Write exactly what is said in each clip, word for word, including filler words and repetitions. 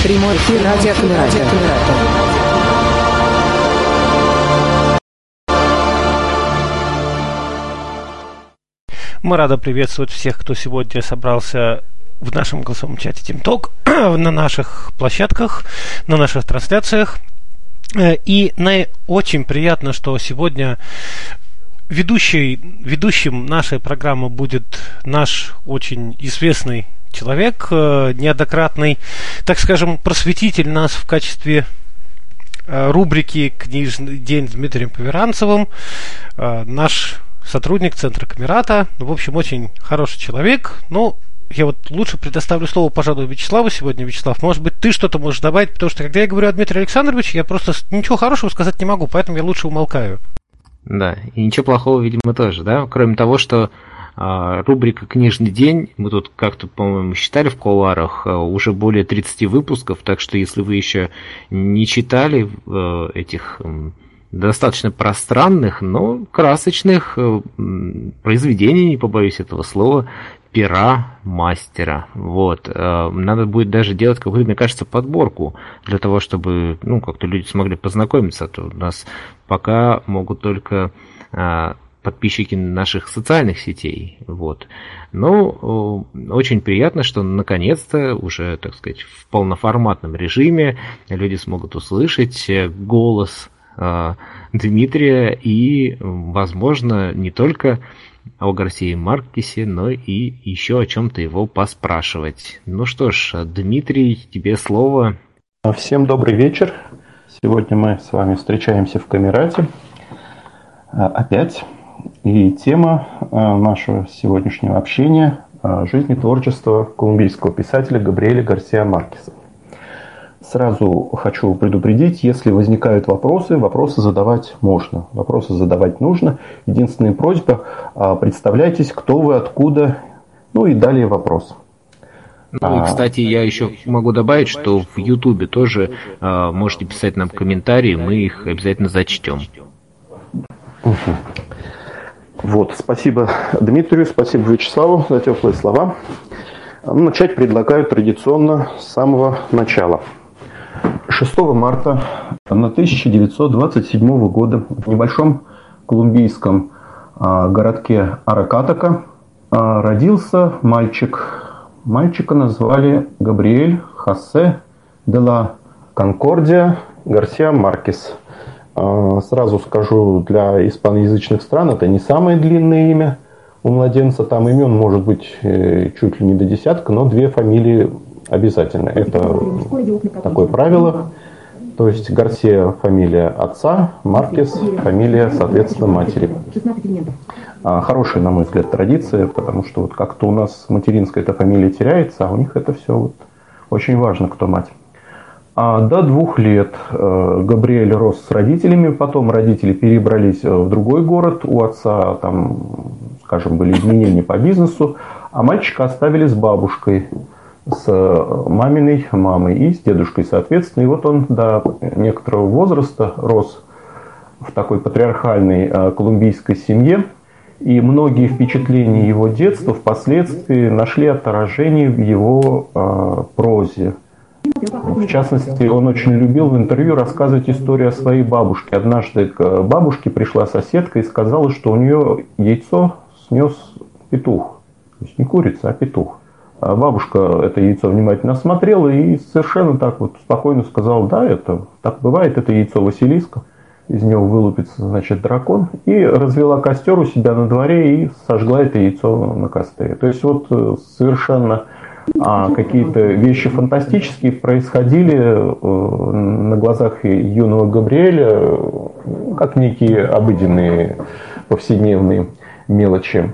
Прямой эфир радио Камерата. Мы рады приветствовать всех, кто сегодня собрался в нашем голосовом чате TeamTalk, на наших площадках, на наших трансляциях. И очень приятно, что сегодня ведущий, ведущим нашей программы будет наш очень известный человек, неоднократный, так скажем, просветитель нас в качестве рубрики «Книжный день» с Дмитрием Поверанцевым, наш сотрудник Центра Камерата. В общем, очень хороший человек. Ну, я вот лучше предоставлю слово, пожалуй, Вячеславу сегодня. Вячеслав, может быть, ты что-то можешь добавить, потому что, когда я говорю о Дмитрии Александровиче, я просто ничего хорошего сказать не могу, поэтому я лучше умолкаю. Да, и ничего плохого, видимо, тоже, да? Кроме того, что а, рубрика «Книжный день», мы тут как-то, по-моему, считали в кулуарах, а, уже более тридцати выпусков, так что если вы еще не читали а, этих а, достаточно пространных, но красочных а, произведений, не побоюсь этого слова, пера мастера. Вот. Надо будет даже делать какую-то, мне кажется, подборку для того, чтобы, ну, как-то люди смогли познакомиться. А то у нас пока могут только а, подписчики наших социальных сетей. Вот. Но очень приятно, что наконец-то уже, так сказать, в полноформатном режиме люди смогут услышать голос а, Дмитрия и, возможно, не только о Гарсии Маркесе, но и еще о чем-то его поспрашивать. Ну что ж, Дмитрий, тебе слово. Всем добрый вечер. Сегодня мы с вами встречаемся в Камерате опять. И тема нашего сегодняшнего общения – жизнь и творчество колумбийского писателя Габриэля Гарсия Маркеса. Сразу хочу предупредить, если возникают вопросы, вопросы задавать можно, вопросы задавать нужно. Единственная просьба – представляйтесь, кто вы, откуда, ну и далее вопрос. Ну и, кстати, я еще могу добавить, что в Ютубе тоже а, можете писать нам комментарии, мы их обязательно зачтем. Угу. Вот, спасибо Дмитрию, спасибо Вячеславу за теплые слова. Начать предлагаю традиционно с самого начала. шестого марта тысяча девятьсот двадцать седьмого года в небольшом колумбийском а, городке Аракатака а, родился мальчик. Мальчика назвали Габриэль Хосе де ла Конкордия Гарсия Маркес. А, сразу скажу, для испаноязычных стран это не самое длинное имя у младенца. Там имен может быть чуть ли не до десятка, но две фамилии обязательно. Это такое правило. То есть Гарсия – фамилия отца, Маркес – фамилия, соответственно, матери. Хорошая, на мой взгляд, традиция, потому что вот как-то у нас материнская эта фамилия теряется, а у них это все вот очень важно, кто мать. А до двух лет Габриэль рос с родителями, потом родители перебрались в другой город, у отца там, скажем, были изменения по бизнесу, а мальчика оставили с бабушкой, с маминой мамой и с дедушкой, соответственно. И вот он до некоторого возраста рос в такой патриархальной э, колумбийской семье. И многие впечатления его детства впоследствии нашли отражение в его э, прозе. В частности, он очень любил в интервью рассказывать историю о своей бабушке. Однажды к бабушке пришла соседка и сказала, что у нее яйцо снес петух. То есть не курица, а петух. Бабушка это яйцо внимательно осмотрела и совершенно так вот спокойно сказала: да, это так бывает, это яйцо Василиска, из него вылупится, значит, дракон, и развела костер у себя на дворе и сожгла это яйцо на костре. То есть вот совершенно а, какие-то вещи фантастические происходили э, на глазах юного Габриэля, как некие обыденные повседневные мелочи.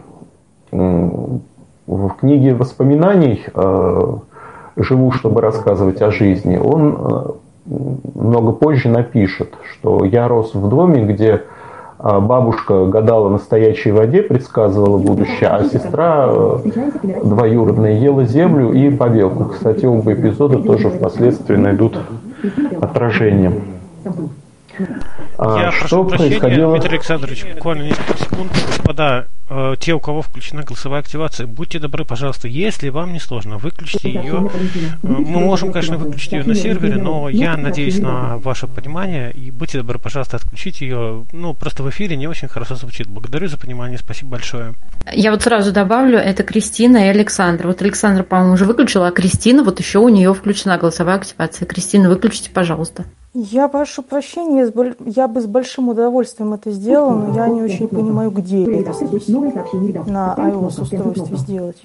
В книге воспоминаний «Живу, чтобы рассказывать о жизни» он много позже напишет, что я рос в доме, где бабушка гадала на стоячей воде, предсказывала будущее, а сестра двоюродная ела землю и побелку. Кстати, оба эпизода тоже впоследствии найдут отражение. Я что прошу прощения, происходило... Дмитрий Александрович, буквально несколько секунд. Господа, э, те, у кого включена голосовая активация, будьте добры, пожалуйста, если вам не сложно, выключите ее. Мы можем, конечно, выключить ее на сервере, но я надеюсь на ваше понимание, и будьте добры, пожалуйста, отключите ее. Ну, просто в эфире не очень хорошо звучит. Благодарю за понимание, спасибо большое. Я вот сразу добавлю, это Кристина и Александр. Вот Александр, по-моему, уже выключила, а Кристина, вот еще у нее включена голосовая активация. Кристина, выключите, пожалуйста. Я прошу прощения, я бы с большим удовольствием это сделала, но я не очень понимаю, где это здесь на iOS устройстве сделать.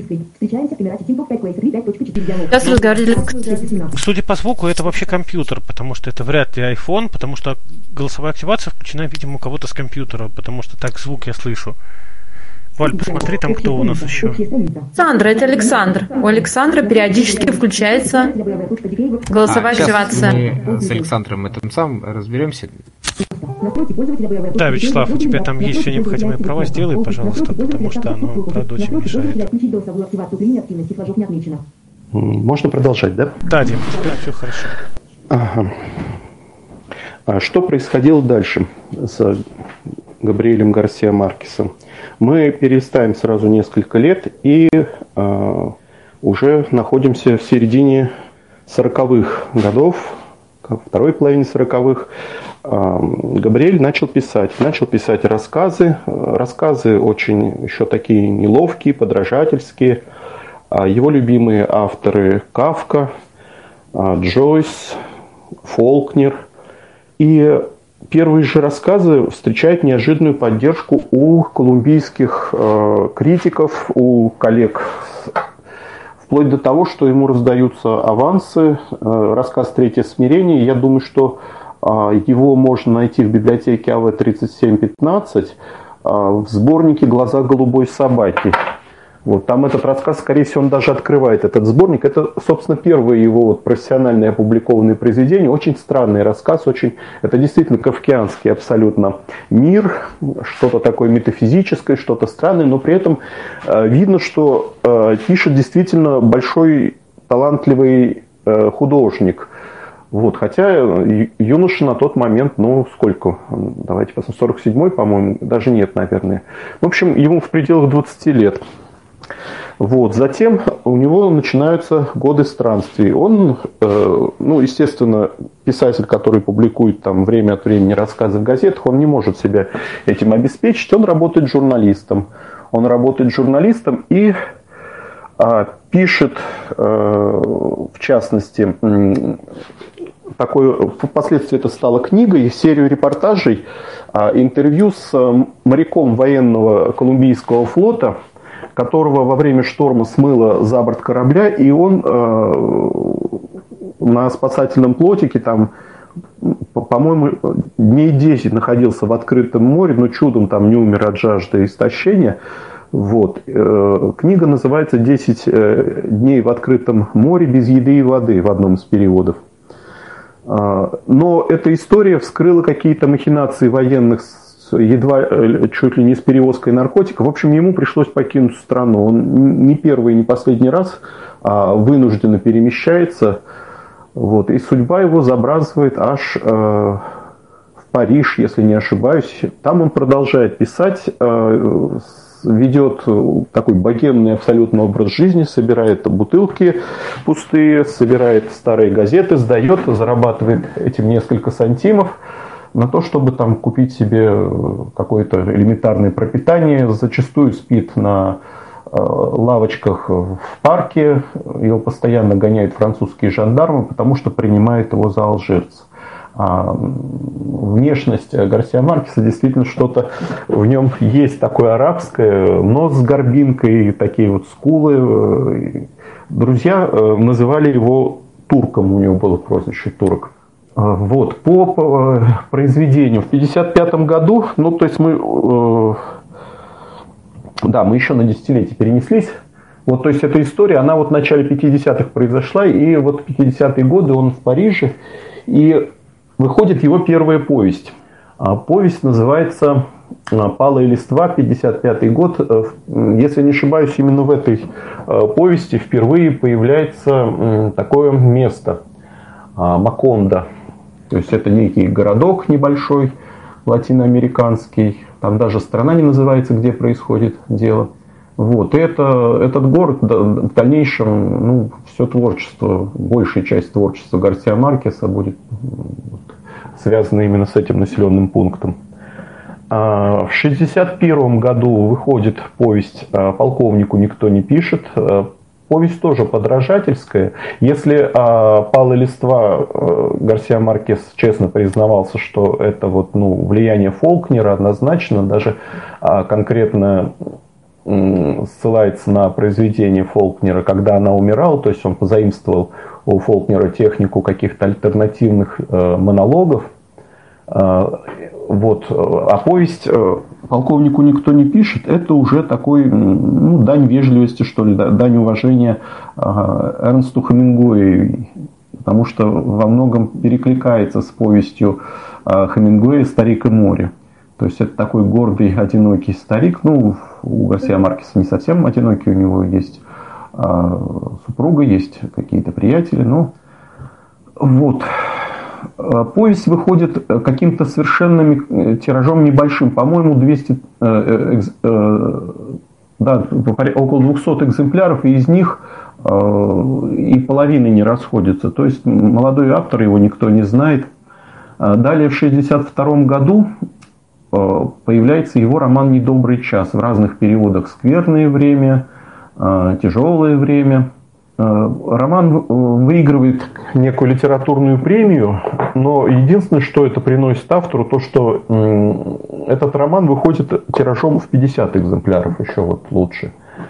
Сейчас разговаривали. Судя по звуку, это вообще компьютер, потому что это вряд ли iPhone, потому что голосовая активация включена, видимо, у кого-то с компьютера, потому что так звук я слышу. Валь, посмотри, там кто у нас еще. Александр, это Александр. У Александра периодически включается голосовая а, активация. Мы с Александром этом самым разберемся. Да, Вячеслав, у тебя там есть все необходимые права, сделай, пожалуйста, потому что оно, правда, очень мешает. Можно продолжать, да? Да, Дим, все хорошо. Ага. А что происходило дальше с Габриэлем Гарсиа Маркесом? Мы перелистаем сразу несколько лет и э, уже находимся в середине сороковых годов, во второй половине сороковых. Э, Габриэль начал писать. Начал писать рассказы. Рассказы очень еще такие неловкие, подражательские. Его любимые авторы Кафка, Джойс, Фолкнер. И первые же рассказы встречают неожиданную поддержку у колумбийских э, критиков, у коллег, вплоть до того, что ему раздаются авансы. Э, рассказ «Третье смирение». Я думаю, что э, его можно найти в библиотеке А В тридцать семь пятнадцать э, в сборнике «Глаза голубой собаки». Вот, там этот рассказ, скорее всего, он даже открывает этот сборник. Это, собственно, первое его вот профессиональное опубликованное произведение. Очень странный рассказ, очень, это действительно кафкианский абсолютно мир, что-то такое метафизическое, что-то странное, но при этом э, видно, что э, пишет действительно большой талантливый э, художник. Вот, хотя юноша на тот момент, ну, сколько, давайте посмотрим, сорок седьмой, по-моему, даже нет, наверное. В общем, ему в пределах двадцати лет. Вот. Затем у него начинаются годы странствий. Он, э, ну, естественно, писатель, который публикует там время от времени рассказы в газетах, он не может себя этим обеспечить. Он работает журналистом. Он работает журналистом и э, пишет, э, в частности, э, такое, впоследствии это стало книгой, серию репортажей, э, интервью с моряком военного колумбийского флота, которого во время шторма смыло за борт корабля, и он э, на спасательном плотике, там, по-моему, дней десять находился в открытом море, но чудом там не умер от жажды и истощения. Вот. Э, книга называется «десять дней в открытом море без еды и воды» в одном из переводов. Э, но эта история вскрыла какие-то махинации военных едва чуть ли не с перевозкой наркотиков. В общем, ему пришлось покинуть страну. Он не первый и не последний раз а вынужденно перемещается. Вот. И судьба его забрасывает аж э, в Париж, если не ошибаюсь. Там он продолжает писать, э, ведет такой богемный абсолютно образ жизни, собирает бутылки пустые, собирает старые газеты, сдает, зарабатывает этим несколько сантимов на то, чтобы там купить себе какое-то элементарное пропитание. Зачастую спит на э, лавочках в парке. Его постоянно гоняют французские жандармы, потому что принимает его за алжирца. А внешность Гарсиа Маркеса действительно что-то в нем есть такое арабское. Нос с горбинкой, такие вот скулы. Друзья называли его турком, у него было прозвище турок. Вот, по произведению в пятьдесят пятом году, ну, то есть мы, э, да, мы еще на десятилетие перенеслись. Вот, то есть эта история, она вот в начале пятидесятых произошла, и вот в пятидесятые годы он в Париже, и выходит его первая повесть. Повесть называется «Палая листва», пятьдесят пятый год. Если не ошибаюсь, именно в этой повести впервые появляется такое место – Макондо. То есть это некий городок небольшой, латиноамериканский, там даже страна не называется, где происходит дело. Вот. И это, этот город в дальнейшем, ну, все творчество, большая часть творчества Гарсиа Маркеса будет вот, связана именно с этим населенным пунктом. В шестьдесят первом году выходит повесть «Полковнику никто не пишет». Повесть тоже подражательская. Если «Пала листва» Гарсиа Маркес честно признавался, что это вот, ну, влияние Фолкнера однозначно, даже конкретно ссылается на произведение Фолкнера, когда она умирала, то есть он позаимствовал у Фолкнера технику каких-то альтернативных монологов. Вот. А повесть «Полковнику никто не пишет» это уже такой, ну, дань вежливости, что ли, дань уважения Эрнсту Хемингуэю, потому что во многом перекликается с повестью Хемингуэя «Старик и море». То есть это такой гордый, одинокий старик. Ну, у Гарсиа Маркеса не совсем одинокий, у него есть супруга, есть какие-то приятели, но вот. Повесть выходит каким-то совершенно тиражом небольшим, по-моему, двести, э, э, да, около двухсот экземпляров, и из них э, и половины не расходятся. То есть молодой автор, его никто не знает. Далее в шестьдесят втором году э, появляется его роман «Недобрый час», в разных переводах «Скверное время», э, «Тяжелое время». Роман выигрывает некую литературную премию, но единственное, что это приносит автору, то, что этот роман выходит тиражом в пятьдесят экземпляров, еще вот лучше.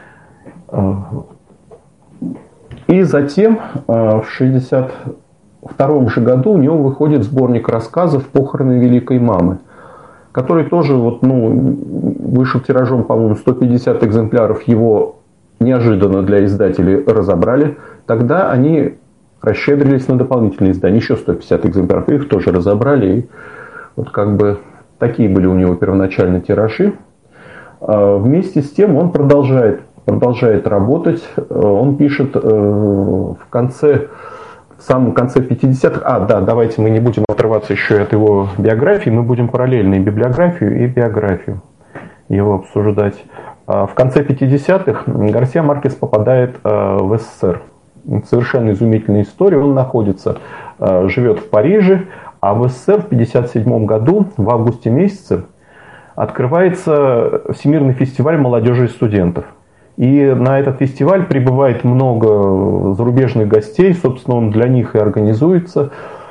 И затем в шестьдесят втором же году у него выходит сборник рассказов «Похороны великой мамы», который тоже вот, ну, вышел тиражом, по-моему, сто пятьдесят экземпляров, его неожиданно для издателей разобрали. Тогда они расщедрились на дополнительные издания, еще сто пятьдесят экземпляров, их тоже разобрали. И вот как бы такие были у него первоначально тиражи. Вместе с тем он продолжает, продолжает работать. Он пишет в конце, в самом конце пятидесятых. А, да, давайте мы не будем отрываться еще от его биографии, мы будем параллельно и библиографию, и биографию его обсуждать. В конце пятидесятых Гарсиа Маркес попадает в СССР. Совершенно изумительная история. Он находится, живет в Париже, а в СССР в пятьдесят седьмом году, в августе месяце, открывается Всемирный фестиваль молодежи и студентов. И на этот фестиваль прибывает много зарубежных гостей, собственно, он для них и организуется.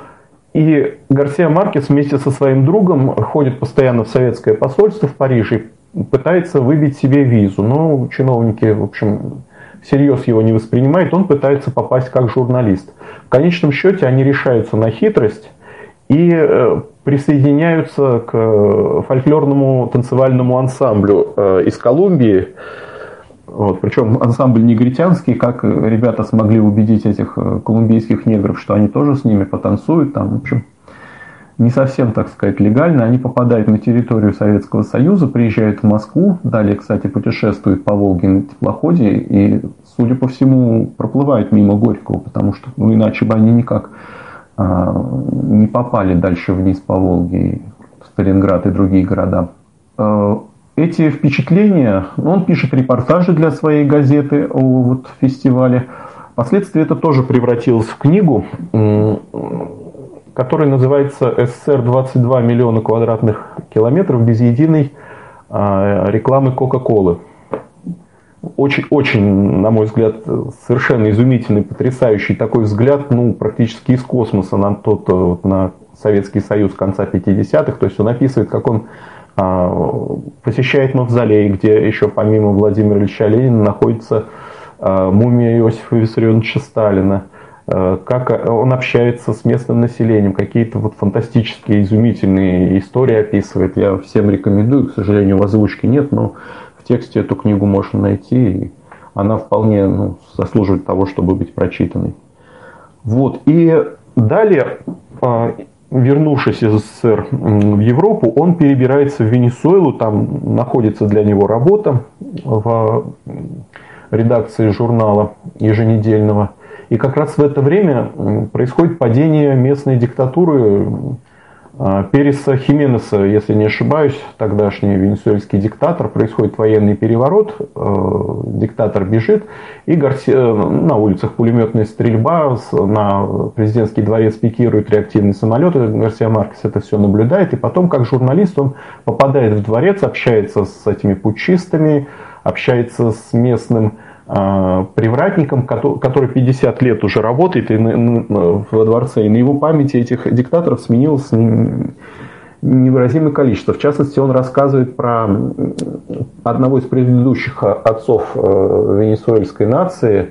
И Гарсиа Маркес вместе со своим другом ходит постоянно в советское посольство в Париже, пытается выбить себе визу, но чиновники, в общем, всерьез его не воспринимают, он пытается попасть как журналист. В конечном счете они решаются на хитрость и присоединяются к фольклорному танцевальному ансамблю из Колумбии. Вот, причем ансамбль негритянский, как ребята смогли убедить этих колумбийских негров, что они тоже с ними потанцуют, там, в общем, не совсем, так сказать, легально. Они попадают на территорию Советского Союза, приезжают в Москву, далее, кстати, путешествуют по Волге на теплоходе и, судя по всему, проплывают мимо Горького, потому что, ну, иначе бы они никак а, не попали дальше вниз по Волге, в Сталинград и другие города. А, эти впечатления, он пишет репортажи для своей газеты о вот, фестивале. Впоследствии это тоже превратилось в книгу, который называется «СССР двадцать два миллиона квадратных километров без единой а, рекламы Кока-Колы». Очень, очень, на мой взгляд, совершенно изумительный, потрясающий такой взгляд, ну, практически из космоса на, тот, вот, на Советский Союз конца пятидесятых. То есть он описывает, как он а, посещает мавзолей, где еще помимо Владимира Ильича Ленина находится а, мумия Иосифа Виссарионовича Сталина. Как он общается с местным населением, какие-то вот фантастические, изумительные истории описывает. Я всем рекомендую, к сожалению, в озвучке нет, но в тексте эту книгу можно найти, и она вполне, ну, заслуживает того, чтобы быть прочитанной. Вот. И далее, вернувшись из СССР в Европу, он перебирается в Венесуэлу, там находится для него работа в редакции журнала еженедельного. И как раз в это время происходит падение местной диктатуры Переса Хименеса, если не ошибаюсь, тогдашний венесуэльский диктатор. Происходит военный переворот, диктатор бежит, и Гарсия, на улицах пулеметная стрельба, на президентский дворец пикируют реактивные самолеты, Гарсия Маркес это все наблюдает, и потом, как журналист, он попадает в дворец, общается с этими путчистами, общается с местным привратником, который пятьдесят лет уже работает во дворце, и на его памяти этих диктаторов сменилось невыразимое количество. В частности, он рассказывает про одного из предыдущих отцов венесуэльской нации,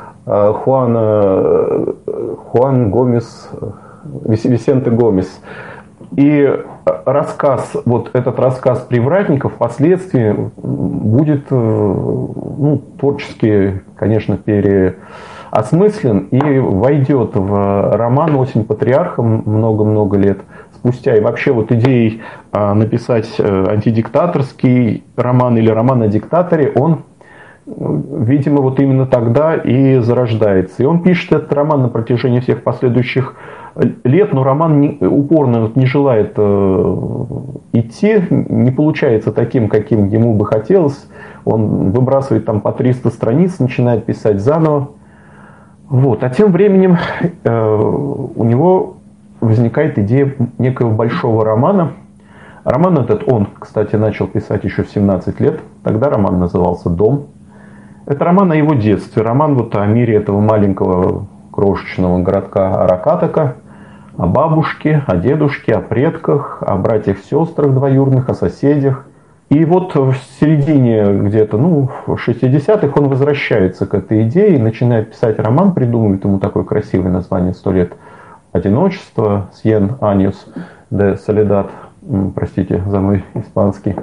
Хуана, Хуан Гомес, Висенте Гомес. И рассказ, вот этот рассказ привратников впоследствии будет, ну, творчески, конечно, переосмыслен и войдет в роман «Осень патриарха» много-много лет спустя. И вообще вот идеей написать антидиктаторский роман или роман о диктаторе, он, видимо, вот именно тогда и зарождается. И он пишет этот роман на протяжении всех последующих лет, но роман не, упорно не желает э, идти, не получается таким, каким ему бы хотелось. Он выбрасывает там по триста страниц, начинает писать заново. Вот. А тем временем э, у него возникает идея некого большого романа. Роман этот он, кстати, начал писать еще в семнадцать лет. Тогда роман назывался «Дом». Это роман о его детстве, роман вот о мире этого маленького крошечного городка Аракатака, о бабушке, о дедушке, о предках, о братьях-сестрах двоюродных, о соседях. И вот в середине где-то, ну, в шестидесятых он возвращается к этой идее и начинает писать роман, придумывает ему такое красивое название «Сто лет одиночества», «Cien años de soledad», простите за мой испанский.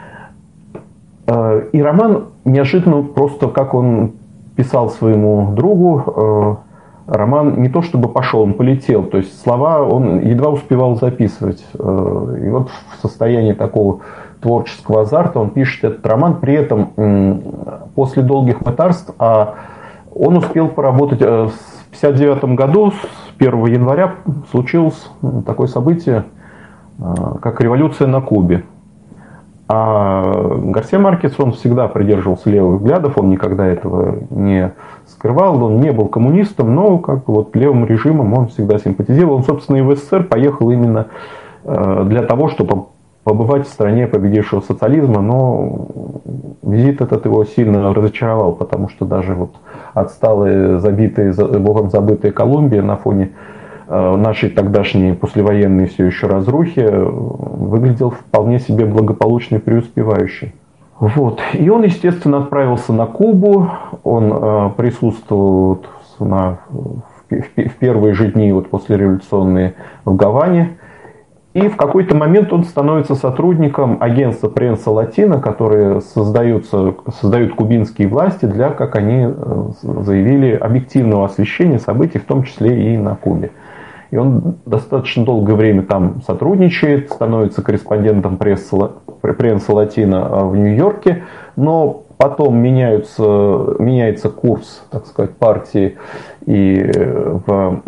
И роман неожиданно, просто как он писал своему другу, роман не то чтобы пошел, он полетел. То есть слова он едва успевал записывать. И вот в состоянии такого творческого азарта он пишет этот роман. При этом после долгих мытарств он успел поработать. В пятьдесят девятом году, с первого января, случилось такое событие, как революция на Кубе. А Гарсия Маркес, он всегда придерживался левых взглядов, он никогда этого не скрывал, он не был коммунистом, но как бы вот левым режимом он всегда симпатизировал. Он, собственно, и в СССР поехал именно для того, чтобы побывать в стране победившего социализма, но визит этот его сильно разочаровал, потому что даже вот отсталая, забитая, богом забытая Колумбия на фоне нашей тогдашней послевоенной все еще разрухи выглядел вполне себе благополучно и преуспевающий. Вот. И он, естественно, отправился на Кубу, он присутствовал на, в первые же дни вот после революционной в Гаване. И в какой-то момент он становится сотрудником агентства Пренса Латина, которые создаются, создают кубинские власти для, как они заявили, объективного освещения событий, в том числе и на Кубе. И он достаточно долгое время там сотрудничает, становится корреспондентом пресса, Пренса Латина в Нью-Йорке, но потом меняются, меняется курс, так сказать, партии и в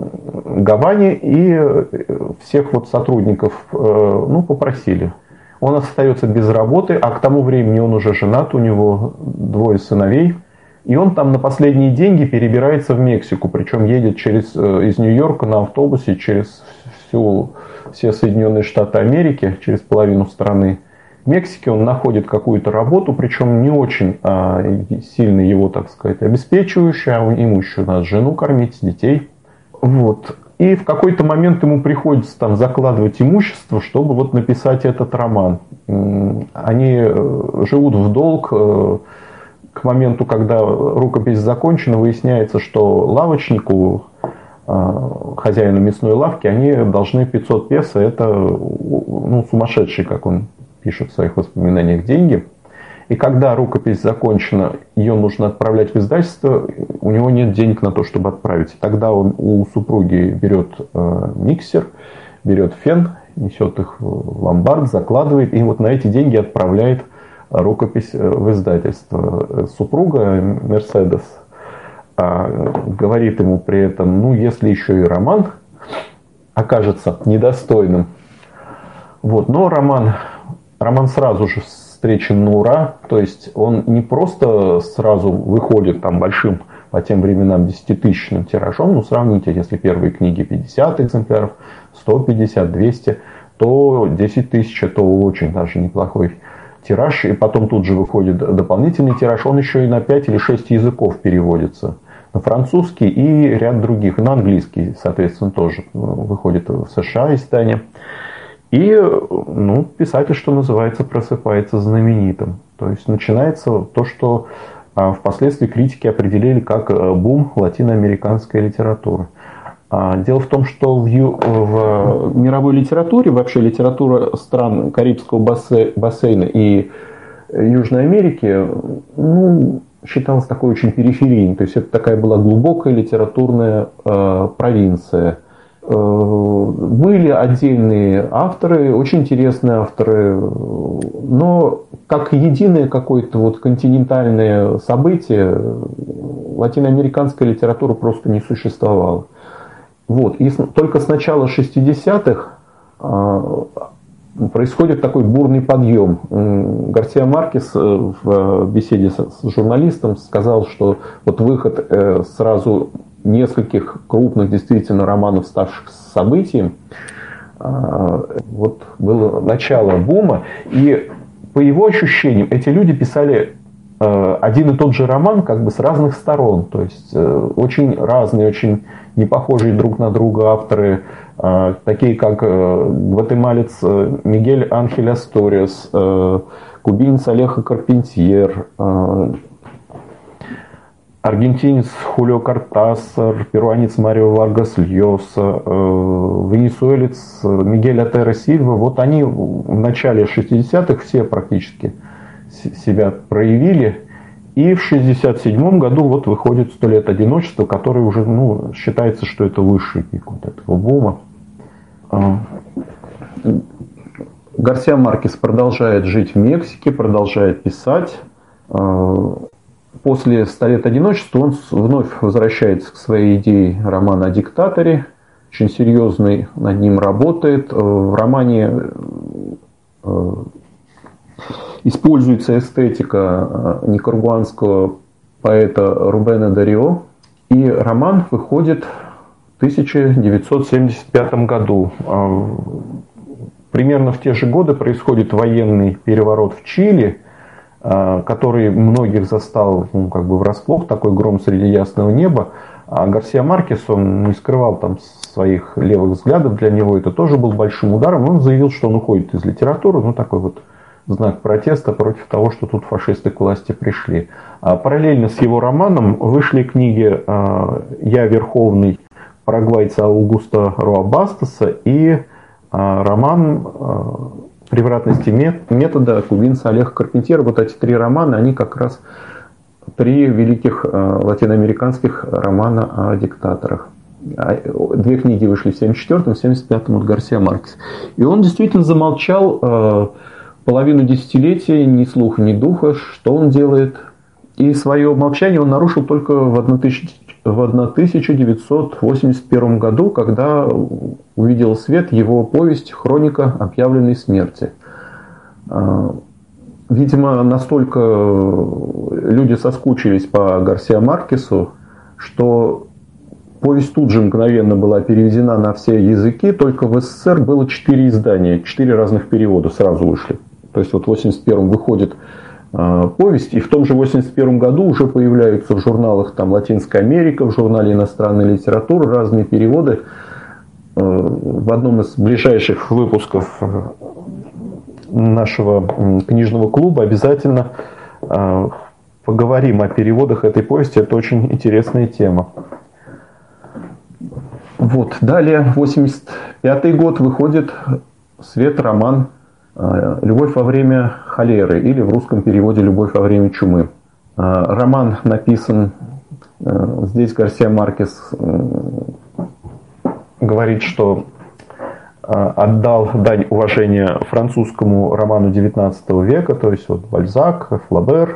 Гаване, и всех вот сотрудников, ну, попросили. Он остается без работы, а к тому времени он уже женат, у него двое сыновей. И он там на последние деньги перебирается в Мексику, причем едет через, из Нью-Йорка на автобусе через всю, все Соединенные Штаты Америки, через половину страны. В Мексике он находит какую-то работу, причем не очень а, сильно его, так сказать, обеспечивающую, а ему еще надо жену кормить, детей. Вот. И в какой-то момент ему приходится там закладывать имущество, чтобы вот написать этот роман. Они живут в долг. К моменту, когда рукопись закончена, выясняется, что лавочнику, хозяину мясной лавки, они должны пятьсот песо. Это, ну, сумасшедший, как он пишет в своих воспоминаниях, деньги. И когда рукопись закончена, ее нужно отправлять в издательство, у него нет денег на то, чтобы отправить. Тогда он у супруги берет миксер, берет фен, несет их в ломбард, закладывает, и вот на эти деньги отправляет рукопись в издательство. Супруга Мерседес, а говорит ему при этом, ну, если еще и роман окажется недостойным. Вот. Но роман, роман сразу же встречен на ура, то есть он не просто сразу выходит там большим по тем временам десятитысячным тиражом, ну сравните, если первые книги пятьдесят экземпляров, сто пятьдесят, двести, то десять тысяч это очень даже неплохой тираж, и потом тут же выходит дополнительный тираж, он еще и на пять или шесть языков переводится, на французский и ряд других, на английский, соответственно, тоже выходит в США издание. И ну, писатель, что называется, просыпается знаменитым. То есть начинается то, что а, впоследствии критики определили как бум латиноамериканской литературы. А, дело в том, что в, ю, в мировой литературе, вообще литература стран Карибского бассейна и Южной Америки, ну, считалась такой очень периферийной. То есть это такая была глубокая литературная э, провинция. Были отдельные авторы, очень интересные авторы, но как единое какое-то вот континентальное событие латиноамериканская литература просто не существовала. Вот. И только с начала шестидесятых происходит такой бурный подъем. Гарсиа Маркес в беседе с журналистом сказал, что вот выход сразу нескольких крупных действительно романов, ставших событием, вот было начало бума, и по его ощущениям эти люди писали один и тот же роман как бы с разных сторон, то есть очень разные, очень не похожие друг на друга авторы, такие как гватемалец Мигель Анхель Асторес, кубинец Алехо Карпентьер, аргентинец Хулио Кортасар, перуанец Марио Варгас Льоса, венесуэлец Мигель Отера Сильва. Вот они в начале шестидесятых все практически себя проявили. И в шестьдесят седьмом году вот выходит «Сто лет одиночества», который уже ну, считается, что это высший пик вот этого бума. Гарсиа Маркес продолжает жить в Мексике, продолжает писать. После «Ста лет одиночества» он вновь возвращается к своей идее романа о диктаторе. Очень серьезный над ним работает. В романе используется эстетика никарагуанского поэта Рубена Дарио. И роман выходит в тысяча девятьсот семьдесят пятом году. Примерно в те же годы происходит военный переворот в Чили, который многих застал ну, как бы врасплох, такой гром среди ясного неба. А Гарсиа Маркес, он не скрывал там своих левых взглядов, для него это тоже был большим ударом. Он заявил, что он уходит из литературы, ну такой вот знак протеста против того, что тут фашисты к власти пришли. А параллельно с его романом вышли книги «Я Верховный» парагвайца Аугусто Роа Бастоса и роман «Превратности метода» кубинца Алехо Карпентьера. Вот эти три романа, они как раз три великих латиноамериканских романа о диктаторах. Две книги вышли в семьдесят четвёртом, семьдесят пятом от Гарсиа Маркеса. И он действительно замолчал половину десятилетия, ни слуха, ни духа, что он делает. И свое молчание он нарушил только в тысяча девятьсот восемьдесят первом году, когда увидел свет его повесть «Хроника объявленной смерти». Видимо, настолько люди соскучились по Гарсиа Маркесу, что повесть тут же мгновенно была переведена на все языки, только в СССР было четыре издания, четыре разных перевода сразу вышли. То есть вот в восемьдесят первом выходит повесть, и в том же восемьдесят первом году уже появляются в журналах там, «Латинская Америка», в журнале «Иностранная литература» разные переводы. В одном из ближайших выпусков нашего книжного клуба обязательно поговорим о переводах этой повести, это очень интересная тема. Вот. Далее, восемьдесят пятый год, выходит в свет роман «Любовь во время холеры» или в русском переводе «Любовь во время чумы». Роман написан, здесь Гарсиа Маркес говорит, что отдал дань уважения французскому роману девятнадцатого века, то есть вот Бальзак, Флабер,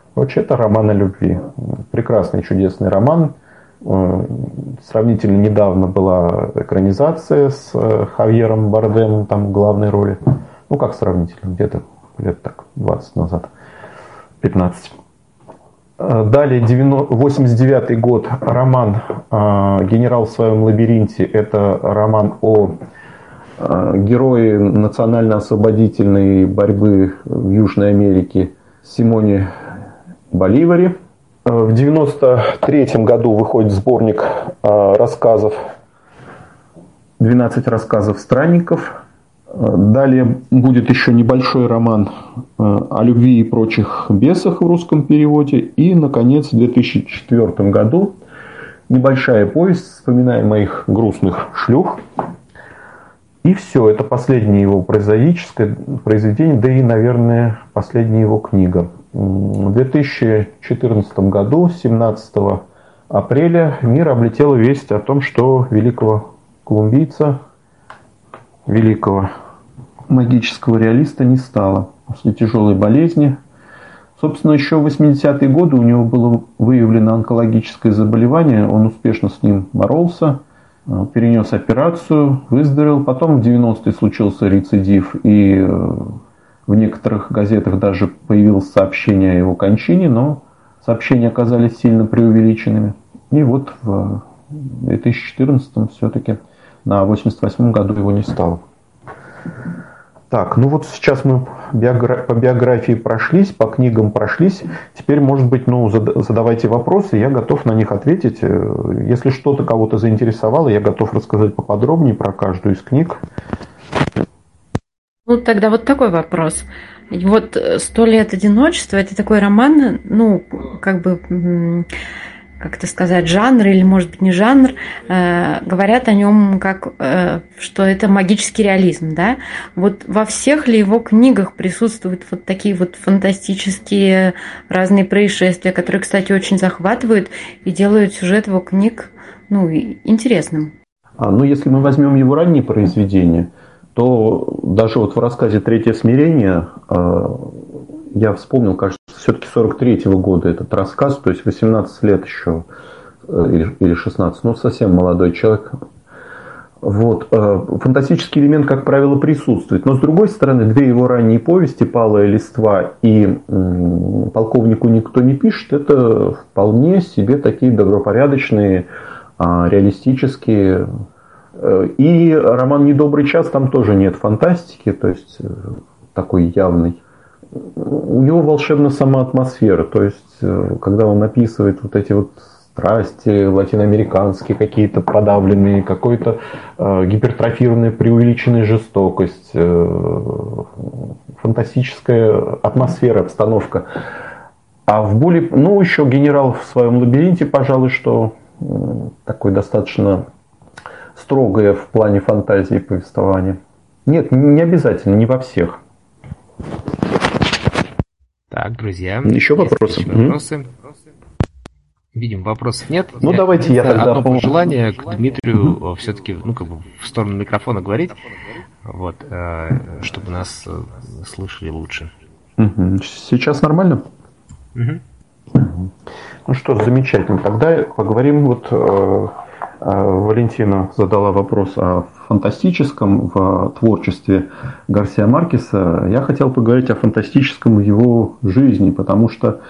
Короче, это роман о любви. Прекрасный, чудесный роман. Сравнительно недавно была экранизация с Хавьером Бардемом там в главной роли. Ну, как сравнительно, где-то лет так двадцать назад, пятнадцать. Далее, восемьдесят девятый год, роман «Генерал в своем лабиринте». Это роман о герое национально-освободительной борьбы в Южной Америке Симоне Боливаре. В девяносто третьем году выходит сборник рассказов, двенадцать рассказов странников. Далее будет еще небольшой роман о любви и прочих бесах в русском переводе. И, наконец, в две тысячи четвёртом году небольшая повесть «Вспоминая моих грустных шлюх». И все, это последнее его прозаическое произведение, да и, наверное, последняя его книга. В две тысячи четырнадцатом году, семнадцатого апреля, мир облетела весть о том, что великого колумбийца, великого магического реалиста не стало после тяжелой болезни. Собственно, еще в восьмидесятые годы у него было выявлено онкологическое заболевание, он успешно с ним боролся, перенес операцию, выздоровел. Потом в девяностые случился рецидив, и в некоторых газетах даже появилось сообщение о его кончине, но сообщения оказались сильно преувеличенными. И вот в две тысячи четырнадцатом все-таки на восемьдесят восьмом году его не стало. Так, ну вот сейчас мы биограф... по биографии прошлись, по книгам прошлись. Теперь, может быть, ну, задавайте вопросы, я готов на них ответить. Если что-то кого-то заинтересовало, я готов рассказать поподробнее про каждую из книг. Ну, тогда вот такой вопрос. Вот «Сто лет одиночества» – это такой роман, ну, как бы, как это сказать, жанр или, может быть, не жанр, э, говорят о нем как, э, что это магический реализм, да? Вот во всех ли его книгах присутствуют вот такие вот фантастические разные происшествия, которые, кстати, очень захватывают и делают сюжет его книг, ну, интересным? А, ну, если мы возьмем его ранние произведения, то даже вот в рассказе «Третье смирение» э, я вспомнил, кажется, все-таки сорок третьего года этот рассказ, то есть восемнадцать лет еще, или шестнадцать, ну, совсем молодой человек. Вот. Фантастический элемент, как правило, присутствует. Но, с другой стороны, две его ранние повести «Палая листва» и «Полковнику никто не пишет» — это вполне себе такие добропорядочные, реалистические. И роман «Недобрый час», там тоже нет фантастики, то есть такой явной. У него волшебна сама атмосфера, то есть когда он описывает вот эти вот страсти латиноамериканские, какие-то подавленные, какой-то э, гипертрофированная преувеличенная жестокость, э, фантастическая атмосфера, обстановка. А в более, ну, еще «Генерал в своем лабиринте», пожалуй, что э, такой достаточно строгое в плане фантазии повествования. Нет, не обязательно, не во всех. Так, друзья. Еще вопросы? вопросы? Видим, вопросов нет. Ну, давайте я тогда... Одно пожелание к Дмитрию угу. все-таки, ну, как бы в сторону микрофона говорить, вот, чтобы нас слышали лучше. Угу. Сейчас нормально? Угу. Угу. Ну что ж, замечательно. Тогда поговорим вот... Валентина задала вопрос о фантастическом в творчестве Гарсиа Маркеса. Я хотел поговорить о фантастическом в его жизни, потому что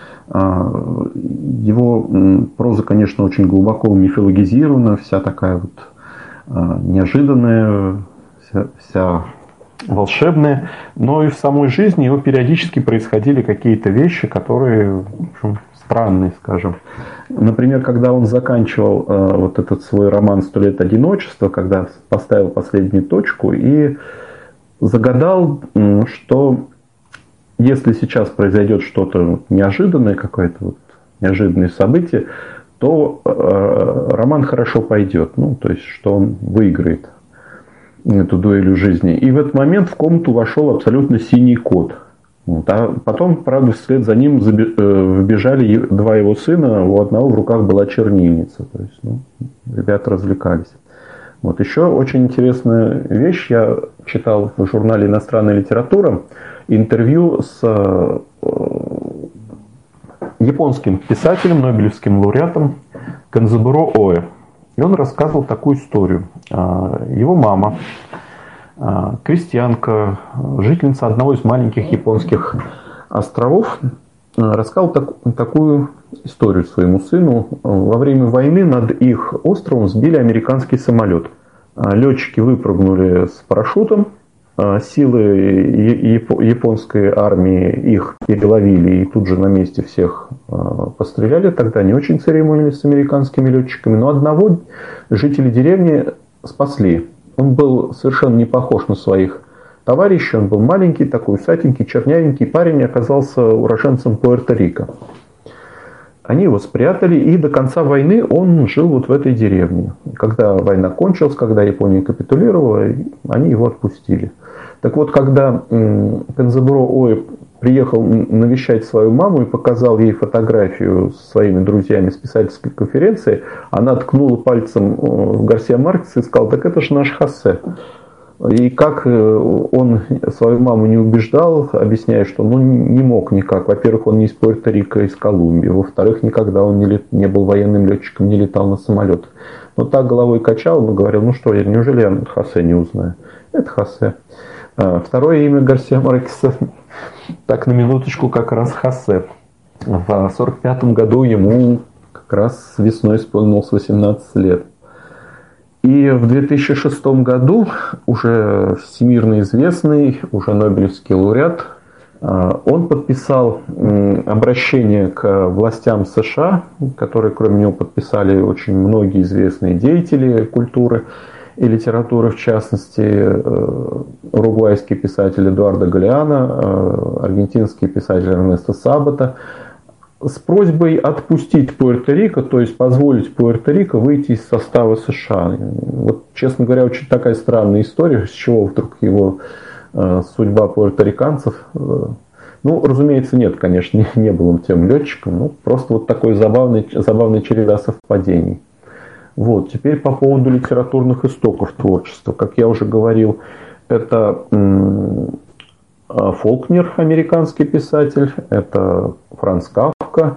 его проза, конечно, очень глубоко мифологизирована, вся такая вот неожиданная, вся, вся волшебная, но и в самой жизни его периодически происходили какие-то вещи, которые, в общем, странные, скажем. Например, когда он заканчивал э, вот этот свой роман «Сто лет одиночества», когда поставил последнюю точку и загадал, э, что если сейчас произойдет что-то неожиданное, какое-то вот неожиданное событие, то э, роман хорошо пойдет, ну, то есть, что он выиграет эту дуэль жизни. И в этот момент в комнату вошел абсолютно синий кот. Вот. А потом, правда, вслед за ним вбежали два его сына, у одного в руках была чернильница. То есть, ну, ребята развлекались. Вот. Еще очень интересная вещь. Я читал в журнале «Иностранная литература» интервью с японским писателем, нобелевским лауреатом Канзабуро Оэ. И он рассказывал такую историю. Его мама, крестьянка, жительница одного из маленьких японских островов, рассказал так, такую историю своему сыну. Во время войны над их островом сбили американский самолет. Летчики выпрыгнули с парашютом, силы японской армии их переловили и тут же на месте всех постреляли. Тогда не очень церемонились с американскими летчиками, но одного жители деревни спасли. Он был совершенно не похож на своих товарищей, он был маленький, такой усатенький, чернявенький парень, оказался уроженцем Пуэрто-Рико. Они его спрятали, и до конца войны он жил вот в этой деревне. Когда война кончилась, когда Япония капитулировала, они его отпустили. Так вот, когда Канзабуро Оэ приехал навещать свою маму и показал ей фотографию с своими друзьями с писательской конференции, она ткнула пальцем в Гарсиа Маркеса и сказала: так это же наш Хосе. И как он свою маму не убеждал, объясняя, что ну, не мог никак. Во-первых, он не из Пуэрто-Рико, а из Колумбии. Во-вторых, никогда он не, лет, не был военным летчиком, не летал на самолет. Но так головой качал, но говорил: ну что, неужели я Хосе не узнаю? Это Хосе. Второе имя Гарсиа Маркеса, так на минуточку, как раз Хосе. В сорок пятом году ему как раз весной исполнилось восемнадцать лет. И в две тысячи шестом году уже всемирно известный, уже нобелевский лауреат, он подписал обращение к властям США, которые кроме него подписали очень многие известные деятели культуры и литературы, в частности, уругвайский писатель Эдуардо Галеано, аргентинский писатель Эрнесто Сабата, с просьбой отпустить Пуэрто-Рико, то есть позволить Пуэрто-Рико выйти из состава США. Вот, честно говоря, очень такая странная история, с чего вдруг его э, судьба пуэрториканцев. Э, ну, разумеется, нет, конечно, не, не был он тем летчиком, но просто вот такой забавный, забавная череда совпадений. Вот, теперь по поводу литературных истоков творчества. Как я уже говорил, это м- Фолкнер, американский писатель, это Франц Кафка.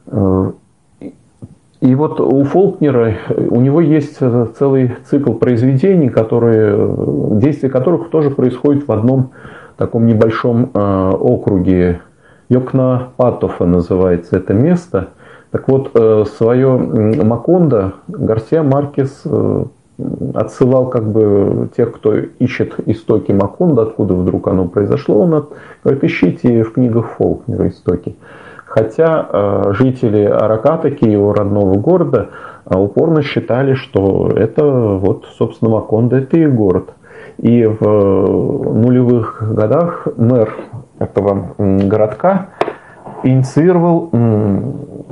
И вот у Фолкнера, у него есть целый цикл произведений, которые, действие которых тоже происходит в одном таком небольшом округе. Йокна-Патофа называется это место. Так вот, свое Макондо Гарсиа Маркес отсылал как бы тех, кто ищет истоки Макондо, откуда вдруг оно произошло, он говорит: ищите в книгах Фолкнера истоки. Хотя э, жители Аракатаки, его родного города, э, упорно считали, что это вот, собственно, Макондо, это их город. И в э, нулевых годах мэр этого э, городка инициировал, э,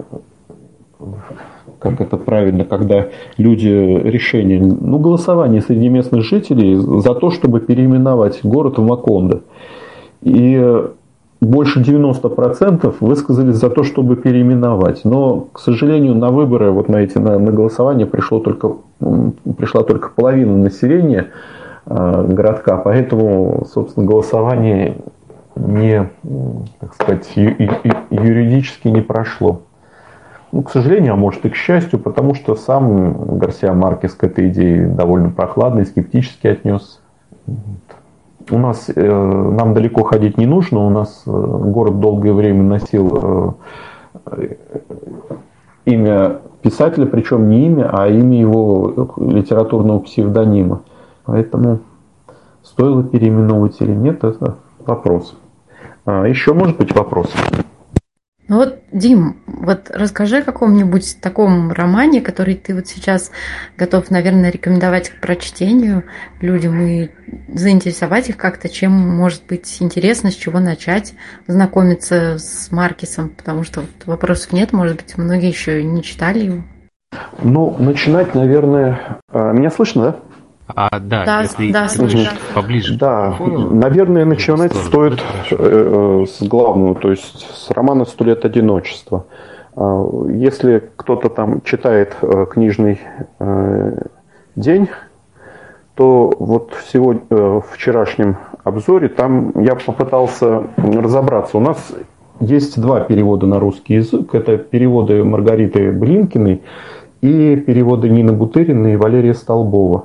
как это правильно, когда люди решение, ну, голосование среди местных жителей за то, чтобы переименовать город в Макондо. И больше девяносто процентов высказались за то, чтобы переименовать. Но, к сожалению, на выборы, вот на эти на, на голосование пришло только, пришла только половина населения э, городка, поэтому, собственно, голосование не, так сказать, ю, ю, юридически не прошло. Ну, к сожалению, а может и к счастью, потому что сам Гарсиа Маркес к этой идее довольно прохладно и скептически отнес. У нас, э, нам далеко ходить не нужно, у нас э, город долгое время носил э, имя писателя, причем не имя, а имя его литературного псевдонима. Поэтому стоило переименовывать или нет, это вопрос. А еще может быть вопрос? Ну вот, Дим, вот расскажи о каком-нибудь таком романе, который ты вот сейчас готов, наверное, рекомендовать к прочтению людям и заинтересовать их как-то, чем может быть интересно, с чего начать знакомиться с Маркесом, потому что вот вопросов нет, может быть, многие еще не читали его. Ну, начинать, наверное... Меня слышно, да? А, да, да, если да, слышишь, поближе. Да, наверное, начинать стоит с главного, то есть с романа «Сто лет одиночества». Если кто-то там читает книжный день, то вот сегодня, в вчерашнем обзоре там я попытался разобраться. У нас есть два перевода на русский язык. Это переводы Маргариты Блинкиной и переводы Нины Бутыриной и Валерия Столбова.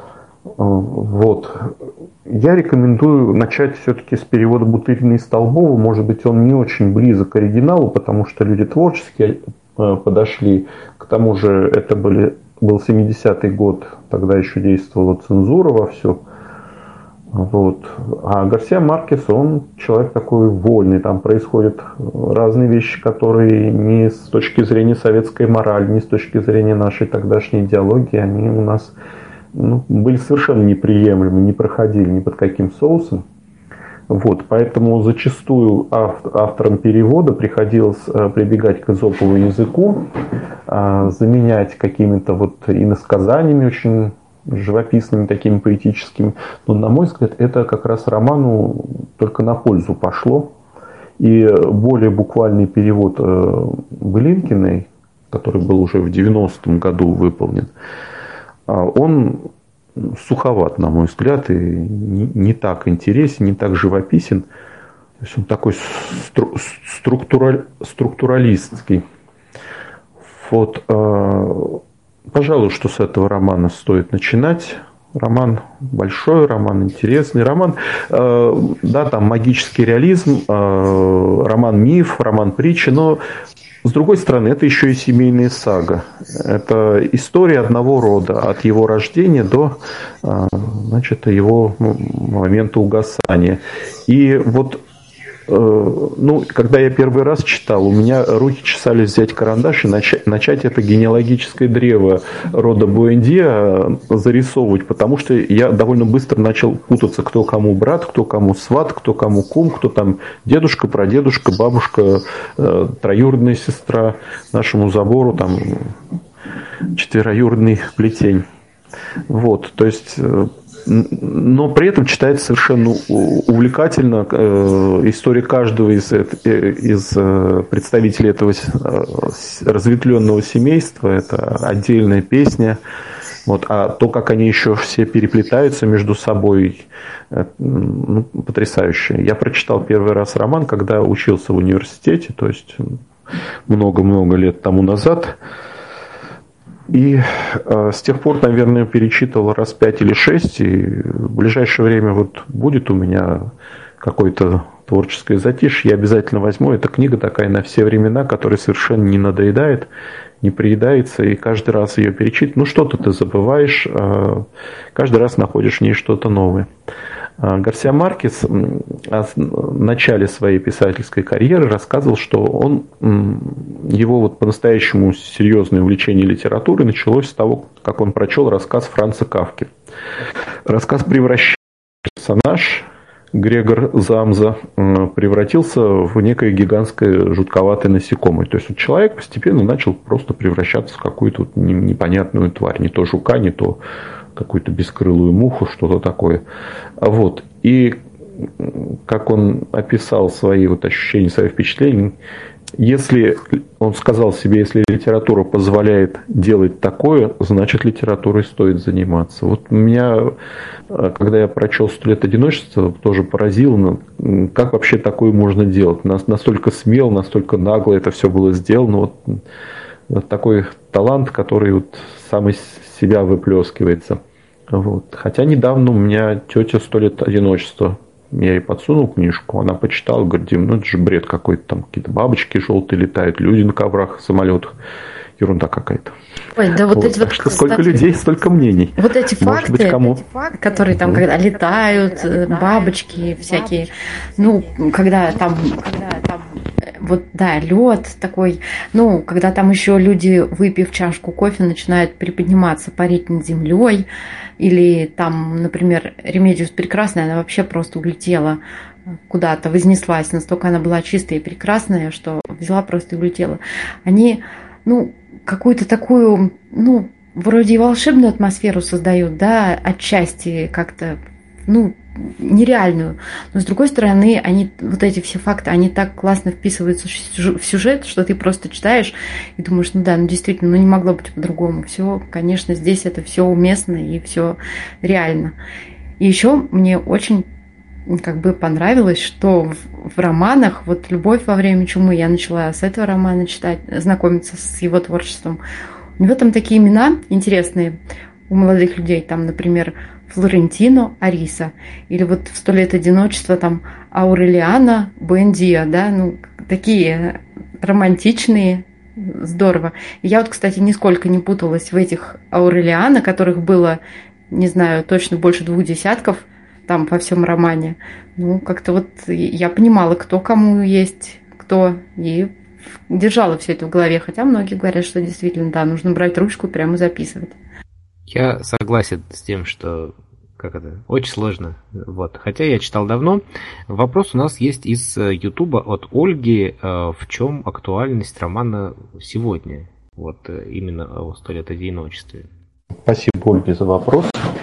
Вот. Я рекомендую начать все-таки с перевода Бутырина и Столбова. Может быть, он не очень близок к оригиналу, потому что люди творческие подошли. К тому же это были, был семидесятый год, тогда еще действовала цензура вовсю. Вот. А Гарсия Маркес, он человек такой вольный, там происходят разные вещи, которые ни с точки зрения советской морали, ни с точки зрения нашей тогдашней идеологии, они у нас ну, были совершенно неприемлемы, не проходили ни под каким соусом. Вот. Поэтому зачастую авторам перевода приходилось прибегать к эзоповому языку, заменять какими-то вот иносказаниями очень живописными, такими поэтическими. Но, на мой взгляд, это как раз роману только на пользу пошло. И более буквальный перевод Блинкиной, который был уже в девяностом году выполнен, он суховат, на мой взгляд, и не, не так интересен, не так живописен. То есть он такой стру, структураль, структуралистский. Вот. Пожалуй, что с этого романа стоит начинать. Роман большой, роман интересный, роман, э, да, там магический реализм, э, роман миф, роман притча, но с другой стороны, это еще и семейная сага. Это история одного рода, от его рождения до, э, значит, его ну, момента угасания. И вот ну, когда я первый раз читал, у меня руки чесались взять карандаш и начать, начать это генеалогическое древо рода Буэндиа зарисовывать, потому что я довольно быстро начал путаться, кто кому брат, кто кому сват, кто кому кум, кто там дедушка, прадедушка, бабушка, э, троюродная сестра нашему забору, там четвероюродный плетень. Вот, то есть... Но при этом читается совершенно увлекательно. История каждого из, из представителей этого разветвленного семейства. Это отдельная песня. Вот. А то, как они еще все переплетаются между собой, ну, потрясающе. Я прочитал первый раз роман, когда учился в университете, то есть много-много лет тому назад. И э, с тех пор, наверное, перечитывал раз пять или шесть, и в ближайшее время вот будет у меня какое-то творческое затишье, я обязательно возьму. Эта книга такая на все времена, которая совершенно не надоедает, не приедается, и каждый раз ее перечитывать. Ну, что-то ты забываешь, э, каждый раз находишь в ней что-то новое. Гарсия Маркес в начале своей писательской карьеры рассказывал, что он, его вот по-настоящему серьезное увлечение литературой началось с того, как он прочел рассказ Франца Кафки. Рассказ превращается персонаж Грегор Замза превратился в некое гигантское жутковатое насекомое. То есть вот человек постепенно начал просто превращаться в какую-то вот непонятную тварь, не то жука, не то какую-то бескрылую муху, что-то такое. Вот. И как он описал свои вот ощущения, свои впечатления, если он сказал себе, если литература позволяет делать такое, значит литературой стоит заниматься. Вот меня, когда я прочел «Сто лет одиночества», тоже поразило, как вообще такое можно делать. Настолько смело, настолько нагло это все было сделано. Вот, вот такой талант, который вот сам из себя выплескивается. Вот. Хотя недавно у меня тетя «Сто лет одиночества», я ей подсунул книжку, она почитала, говорит: Дим, ну это же бред какой-то, там какие-то бабочки желтые летают, люди на коврах, самолетах, ерунда какая-то. Ой, да вот, вот эти вот, что сколько кстати, людей, столько мнений. Вот эти факты, быть, кому... эти факты, которые там, когда летают, бабочки всякие, ну, когда там, когда там, вот, да, лед такой, ну, когда там еще люди, выпив чашку кофе, начинают приподниматься, парить над землей, или там, например, Ремедиус Прекрасная, она вообще просто улетела куда-то, вознеслась, настолько она была чистая и прекрасная, что взяла просто и улетела. Они, ну, какую-то такую, ну, вроде и волшебную атмосферу создают, да, отчасти как-то, ну, нереальную. Но с другой стороны, они, вот эти все факты, они так классно вписываются в сюжет, что ты просто читаешь и думаешь, ну да, ну действительно, ну не могло быть по-другому. Все, конечно, здесь это все уместно и все реально. И еще мне очень как бы понравилось, что в, в романах, вот «Любовь во время чумы», я начала с этого романа читать, знакомиться с его творчеством. У него там такие имена интересные у молодых людей, там, например, Флорентино Ариса, или вот в «Сто лет одиночества» там Аурелиано Буэндиа, да, ну, такие романтичные, здорово. И я вот, кстати, нисколько не путалась в этих Аурелиано, которых было, не знаю, точно больше двух десятков там во всем романе. Ну, как-то вот я понимала, кто кому есть кто, и держала все это в голове, хотя многие говорят, что действительно, да, нужно брать ручку и прямо записывать. Я согласен с тем, что как это, очень сложно. Вот. Хотя я читал давно. Вопрос у нас есть из Ютуба от Ольги. В чем актуальность романа сегодня? Вот именно о «Сто лет одиночестве». Спасибо, Ольге, за вопрос.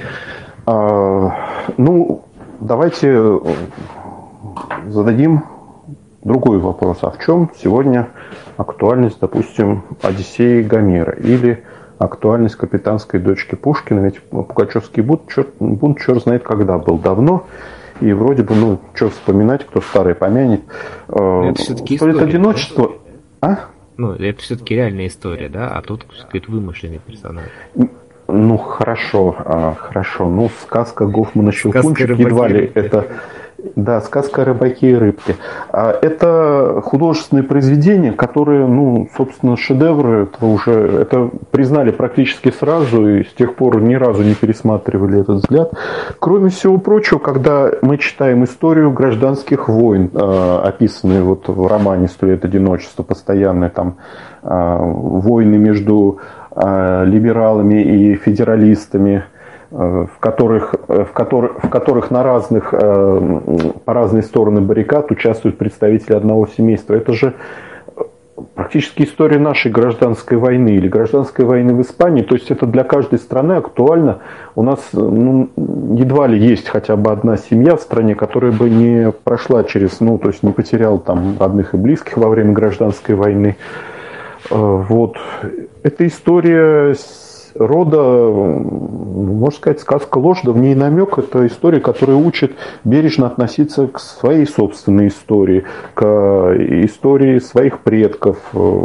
А, ну, давайте зададим другой вопрос. А в чем сегодня актуальность, допустим, «Одиссеи» Гомера или актуальность «Капитанской дочки» Пушкина? Ведь Пугачевский бунт, черт, бунт черт знает когда был, давно. И вроде бы, ну, что вспоминать, кто старый помянет. Это все-таки «Сто лет одиночества». А? Ну, это все-таки реальная история, да? А тут какой-то вымышленный персонаж. Ну, хорошо, а, хорошо. Ну, сказка Гофмана «Щелкунчик» едва ли это... Да, сказка «Рыбаки и рыбки». А это художественные произведения, которые, ну, собственно, шедевры. Это уже это признали практически сразу и с тех пор ни разу не пересматривали этот взгляд. Кроме всего прочего, когда мы читаем историю гражданских войн, описанные вот в романе «Сто лет одиночества», постоянные там войны между либералами и федералистами, в которых, в, которых, в которых на разных, по разные стороны баррикад участвуют представители одного семейства. Это же практически история нашей гражданской войны или гражданской войны в Испании. То есть это для каждой страны актуально. У нас, ну, едва ли есть хотя бы одна семья в стране, которая бы не прошла через, ну, то есть не потеряла там родных и близких во время гражданской войны. Вот. Это история рода, можно сказать, сказка ложь, да в ней намек. Это история, которая учит бережно относиться к своей собственной истории, к истории своих предков,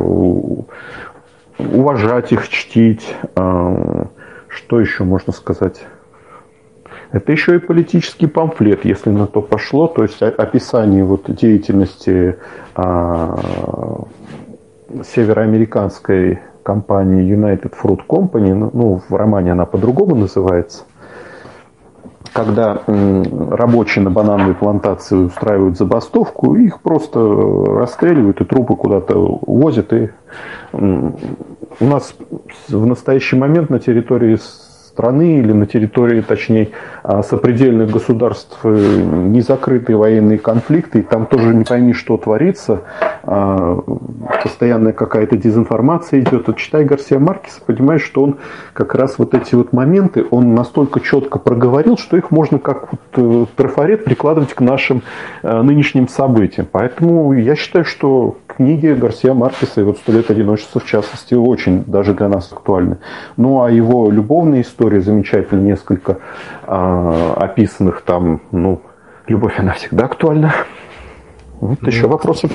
уважать их, чтить. Что еще можно сказать? Это еще и политический памфлет, если на то пошло, то есть описание вот деятельности североамериканской компании United Fruit Company, ну, в романе она по-другому называется, когда рабочие на банановой плантации устраивают забастовку, их просто расстреливают и трупы куда-то увозят. И у нас в настоящий момент на территории страны или на территории, точнее, сопредельных государств не закрытые военные конфликты, и там тоже не пойми, что творится, постоянная какая-то дезинформация идет. Вот читай Гарсия Маркеса, понимаешь, что он как раз вот эти вот моменты, он настолько четко проговорил, что их можно как вот трафарет прикладывать к нашим нынешним событиям. Поэтому я считаю, что книги Гарсия Маркеса и вот «Сто лет одиночества» в частности очень даже для нас актуальны. Ну а его любовные истории замечательно, несколько а, описанных там, ну, любовь, она всегда актуальна. Вот еще ну, вопросы?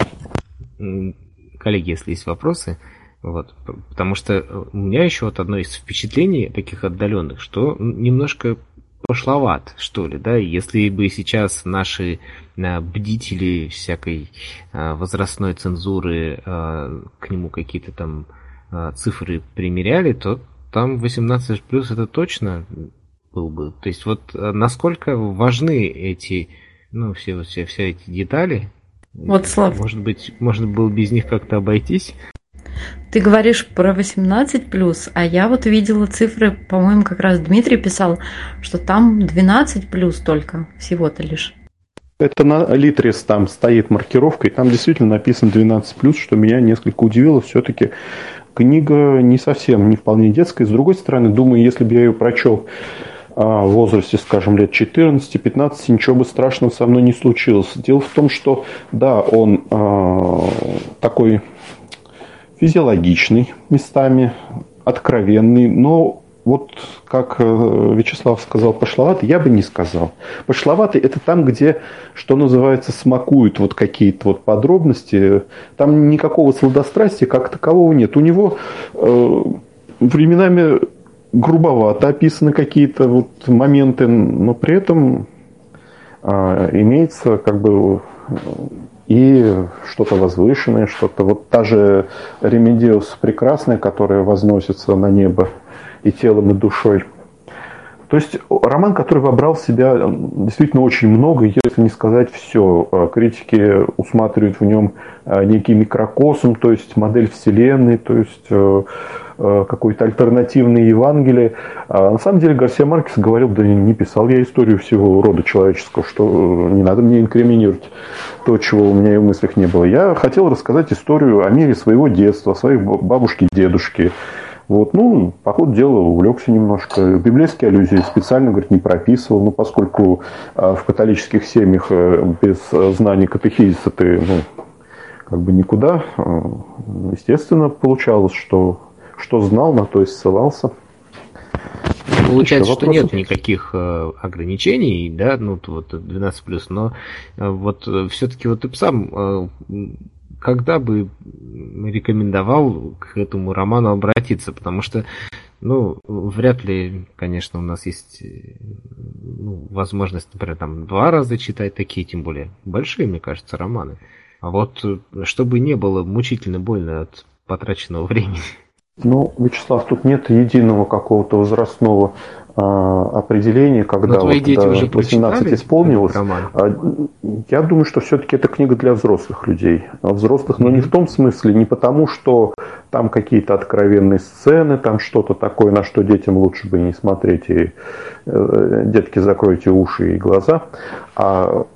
Коллеги, если есть вопросы, вот, потому что у меня еще вот одно из впечатлений таких отдаленных, что немножко пошловат, что ли, да, если бы сейчас наши бдители всякой возрастной цензуры к нему какие-то там цифры примеряли, то там восемнадцать плюс это точно был бы. То есть вот насколько важны эти, ну, все, все, все эти детали. Вот, Слав, может быть, можно было без них как-то обойтись? Ты говоришь про восемнадцать плюс, а я вот видела цифры, по-моему, как раз Дмитрий писал, что там двенадцать плюс только, всего-то лишь. Это на Литрес там стоит маркировка, и там действительно написано двенадцать плюс, что меня несколько удивило. Все-таки книга не совсем, не вполне детская. С другой стороны, думаю, если бы я ее прочел в возрасте, скажем, лет четырнадцать-пятнадцать, ничего бы страшного со мной не случилось. Дело в том, что, да, он э, такой физиологичный местами, откровенный, но вот как Вячеслав сказал, пошловатый, я бы не сказал. Пошловатый — это там, где, что называется, смакуют вот какие-то вот подробности. Там никакого сладострастия как такового нет. У него э, временами грубовато описаны какие-то вот моменты, но при этом э, имеется как бы и что-то возвышенное, что-то вот та же Ремедиус прекрасная, которая возносится на небо и телом, и душой. То есть роман, который вобрал в себя действительно очень много, если не сказать все. Критики усматривают в нем некий микрокосм, то есть модель вселенной, то есть какое-то альтернативное Евангелие. А на самом деле Гарсия Маркес говорил, да не писал я историю всего рода человеческого, что не надо мне инкриминировать то, чего у меня и в мыслях не было. Я хотел рассказать историю о мире своего детства, о своей бабушке, дедушке. Вот, ну, по ходу дела увлекся немножко. Библейские аллюзии специально, говорит, не прописывал, но поскольку в католических семьях без знаний катехизиса ты, ну, как бы никуда, естественно, получалось, что, что знал, на то и ссылался. Получается, что нет никаких э, ограничений, да, ну, вот двенадцать плюс, но э, вот все-таки вот ты сам э, когда бы рекомендовал к этому роману обратиться, потому что, ну, вряд ли, конечно, у нас есть ну, возможность, например, там два раза читать такие, тем более большие, мне кажется, романы. А вот чтобы не было мучительно больно от потраченного времени. Ну, Вячеслав, тут нет единого какого-то возрастного а, определения, когда вот, да, восемнадцать исполнилось. А, я думаю, что все-таки это книга для взрослых людей. Взрослых, но mm-hmm. не в том смысле, не потому, что там какие-то откровенные сцены, там что-то такое, на что детям лучше бы не смотреть, и э, детки, закройте уши и глаза, а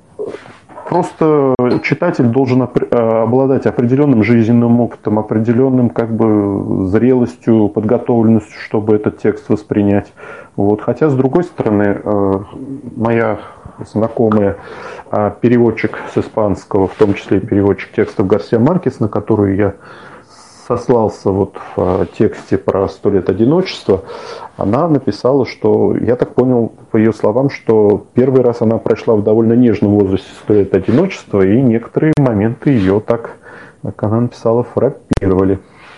просто читатель должен обладать определенным жизненным опытом, определенным как бы зрелостью, подготовленностью, чтобы этот текст воспринять. Вот. Хотя, с другой стороны, моя знакомая переводчик с испанского, в том числе и переводчик текстов Гарсия Маркес, на которую я сослался вот в тексте про «Сто лет одиночества», она написала, что, я так понял по ее словам, что первый раз она прочла в довольно нежном возрасте «Сто лет одиночества», и некоторые моменты ее так, как она написала, фраппировали.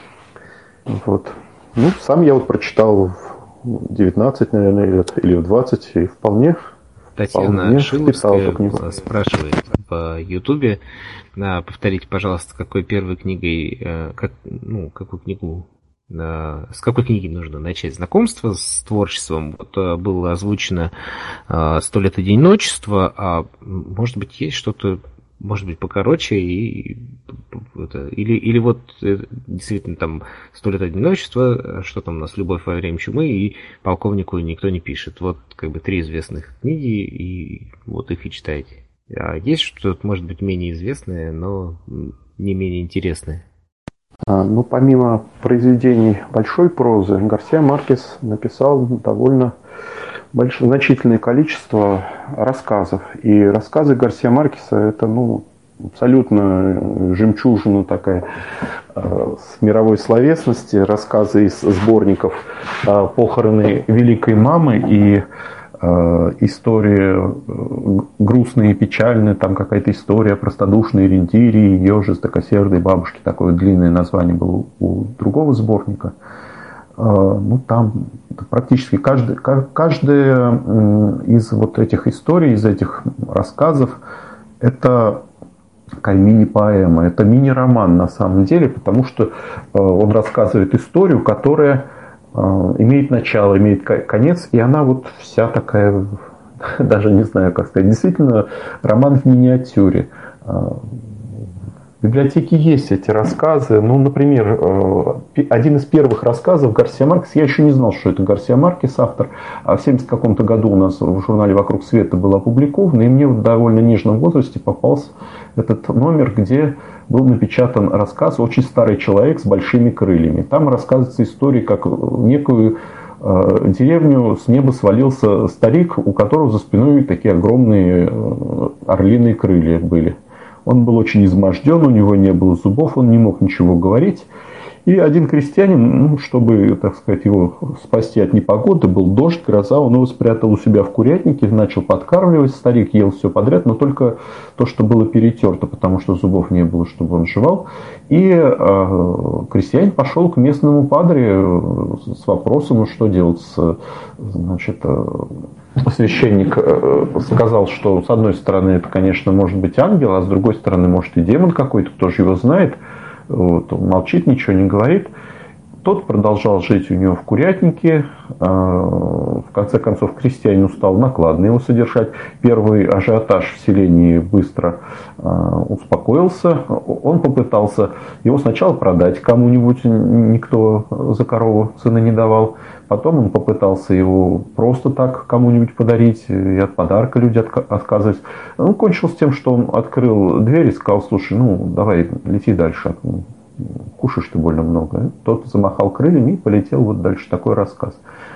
Вот. Ну, сам я вот прочитал в девятнадцать, наверное, лет, или в двадцать, и вполне, Татьяна вполне Шиловская вписал эту книгу. Спрашивает по Ютубе, повторите, пожалуйста, какой первой книгой, как, ну, какую книгу, с какой книги нужно начать знакомство с творчеством. Вот было озвучено «Сто лет одиночества», а может быть есть что-то, может быть, покороче, и, это, или, или вот действительно там «Сто лет одиночества», что там у нас «Любовь во время чумы» и «Полковнику никто не пишет». Вот как бы три известных книги, и вот их и читайте. А есть что-то, может быть, менее известное, но не менее интересное? А, ну, помимо произведений большой прозы, Гарсия Маркес написал довольно большое, значительное количество рассказов. И рассказы Гарсия Маркеса — это, ну, абсолютно жемчужина такая э, с мировой словесности. Рассказы из сборников э, «Похороны великой мамы» и история грустная и печальная, там какая-то история простодушной Рендирии, ежи, стокосердой бабушки, такое длинное название было у другого сборника. Ну, там практически каждый, каждая из вот этих историй, из этих рассказов, это такая мини-поэма, это мини-роман на самом деле, потому что он рассказывает историю, которая имеет начало, имеет конец, и она вот вся такая, даже не знаю, как сказать, действительно роман в миниатюре. В библиотеке есть эти рассказы. Ну, например, один из первых рассказов Гарсия Маркес, я еще не знал, что это Гарсия Маркес, автор, а в семьдесят каком-то году у нас в журнале «Вокруг света» был опубликован, и мне в довольно нежном возрасте попался этот номер, где был напечатан рассказ «Очень старый человек с большими крыльями». Там рассказывается история, как в некую э, деревню с неба свалился старик, у которого за спиной такие огромные э, орлиные крылья были. Он был очень изможден, у него не было зубов, он не мог ничего говорить. И один крестьянин, ну, чтобы, так сказать, его спасти от непогоды, был дождь, гроза, он его спрятал у себя в курятнике, начал подкармливать, старик ел все подряд, но только то, что было перетерто, потому что зубов не было, чтобы он жевал. И э, крестьянин пошел к местному падре с вопросом, ну, что делать с, значит, э, священник сказал, что с одной стороны это, конечно, может быть ангел, а с другой стороны может и демон какой-то, кто же его знает. Вот, он молчит, ничего не говорит. Тот продолжал жить у него в курятнике. В конце концов, крестьянину стал накладно его содержать. Первый ажиотаж в селении быстро успокоился. Он попытался его сначала продать кому-нибудь, никто за корову цены не давал. Потом он попытался его просто так кому-нибудь подарить, и от подарка люди отказывались. Он кончился тем, что он открыл дверь и сказал: слушай, ну давай, лети дальше, кушаешь ты больно много. Тот замахал крыльями и полетел вот дальше. Такой рассказ.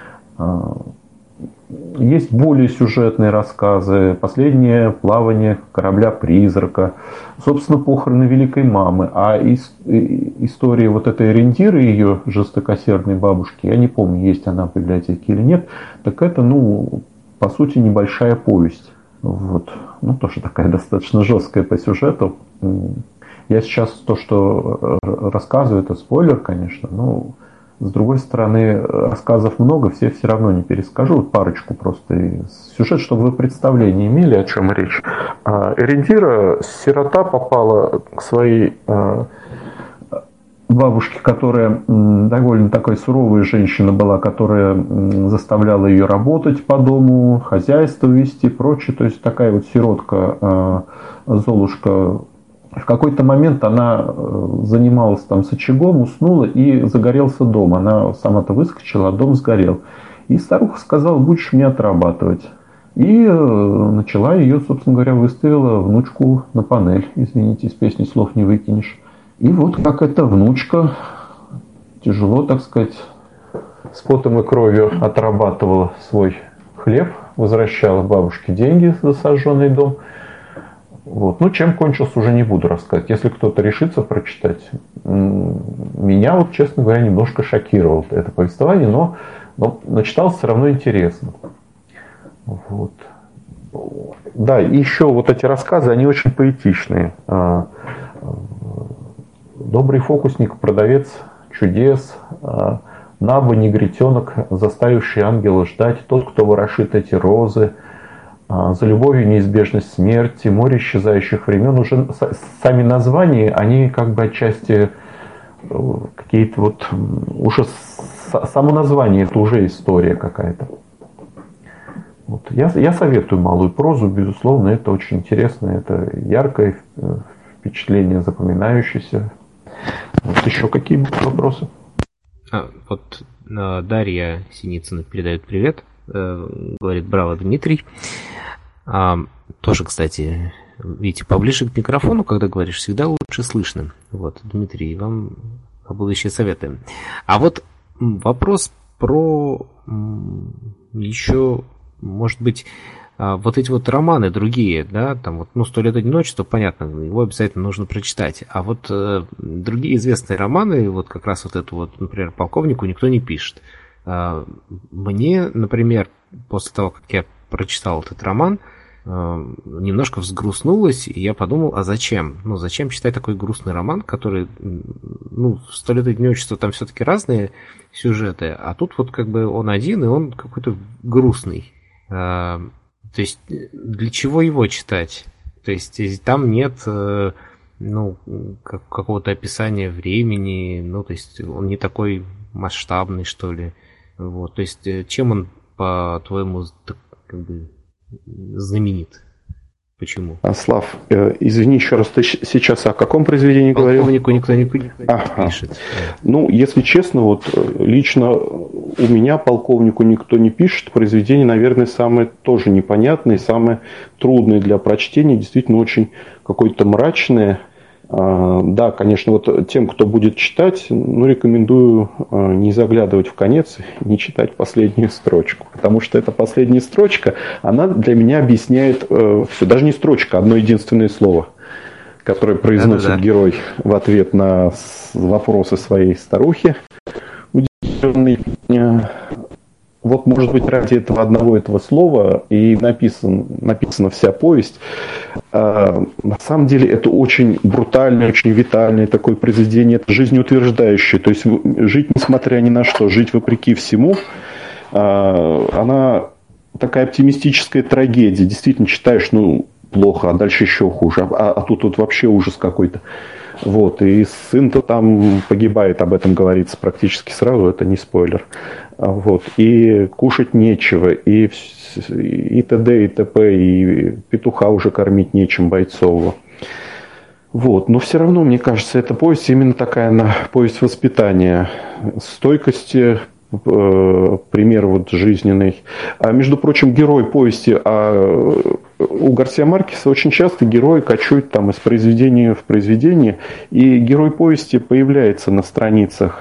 Есть более сюжетные рассказы. Последнее плавание корабля-призрака. Собственно, похороны великой мамы. А история вот этой Рендиры, ее жестокосердной бабушки, я не помню, есть она в библиотеке или нет, так это, ну, по сути, небольшая повесть. Вот. Ну, тоже такая достаточно жесткая по сюжету. Я сейчас то, что рассказываю, это спойлер, конечно, но с другой стороны, рассказов много, все все равно не перескажу, вот парочку просто сюжет, чтобы вы представление имели, о чем речь. Рендира, сирота, попала к своей бабушке, которая довольно такой суровая женщина была, которая заставляла ее работать по дому, хозяйство вести и прочее. То есть такая вот сиротка, Золушка. В какой-то момент она занималась там с очагом, уснула, и загорелся дом. Она сама-то выскочила, а дом сгорел. И старуха сказала: будешь мне отрабатывать. И начала ее, собственно говоря, выставила внучку на панель. Извините, из песни слов не выкинешь. И вот как эта внучка тяжело, так сказать, с потом и кровью отрабатывала свой хлеб, возвращала бабушке деньги за сожженный дом. Вот. Ну, чем кончился, уже не буду рассказывать. Если кто-то решится прочитать, меня, вот, честно говоря, немножко шокировало это повествование, но, но начиталось все равно интересно. Вот. Да, и еще вот эти рассказы, они очень поэтичные. Добрый фокусник, продавец чудес, Наба, негритенок, заставивший ангела ждать, тот, кто ворошит эти розы, за любовью неизбежность смерти, море исчезающих времен. Уже сами названия, они как бы отчасти какие-то вот... Уже само название это уже история какая-то. Вот. Я, я советую малую прозу, безусловно, это очень интересно, это яркое впечатление, запоминающееся. Вот еще какие вопросы? А, вот Дарья Синицына передает привет. Говорит: браво, Дмитрий. А, тоже, кстати, видите, поближе к микрофону, когда говоришь, всегда лучше слышно. Вот, Дмитрий, вам будущие советы. А вот вопрос про еще, может быть, вот эти вот романы другие, да, там вот, ну, «Сто лет одиночества», понятно, его обязательно нужно прочитать. А вот э, другие известные романы, вот как раз вот эту вот, например, «Полковнику никто не пишет». Мне, например, после того, как я прочитал этот роман, немножко взгрустнулось, и я подумал, а зачем? Ну, зачем читать такой грустный роман, который, ну, «Сто лет одиночества» там все-таки разные сюжеты, а тут вот как бы он один, и он какой-то грустный. То есть для чего его читать? То есть там нет, ну, какого-то описания времени, ну, то есть он не такой масштабный, что ли. Вот, то есть, чем он, по-твоему, как бы знаменит? Почему? А, Слав, э, извини еще раз, ты сейчас о каком произведении говорил? «Полковнику никто не пишет». Ага. Ну, если честно, вот лично у меня «Полковнику никто не пишет» произведение, наверное, самое тоже непонятное, самое трудное для прочтения, действительно очень какое-то мрачное. Да, конечно, вот тем, кто будет читать, ну, рекомендую не заглядывать в конец, не читать последнюю строчку, потому что эта последняя строчка, она для меня объясняет все, даже не строчка, одно единственное слово. который произносит Да-да-да. герой в ответ на вопросы своей старухи, удивленный. Вот, может быть, ради этого одного этого слова и написан, написана вся повесть. А, на самом деле это очень брутальное, очень витальное такое произведение, это жизнеутверждающее. То есть жить несмотря ни на что, жить вопреки всему. А, она такая оптимистическая трагедия. Действительно читаешь, ну, плохо, а дальше еще хуже. А, а тут вот вообще ужас какой-то. Вот, и сын-то там погибает, об этом говорится практически сразу, это не спойлер. Вот, и кушать нечего, и, и т.д. и т.п., и петуха уже кормить нечем бойцового. Вот, но все равно, мне кажется, эта повесть именно такая, она повесть воспитания, стойкости, э, пример вот жизненный. А между прочим, герой повести а у Гарсиа Маркеса очень часто герои кочуют там из произведения в произведение, и герой повести появляется на страницах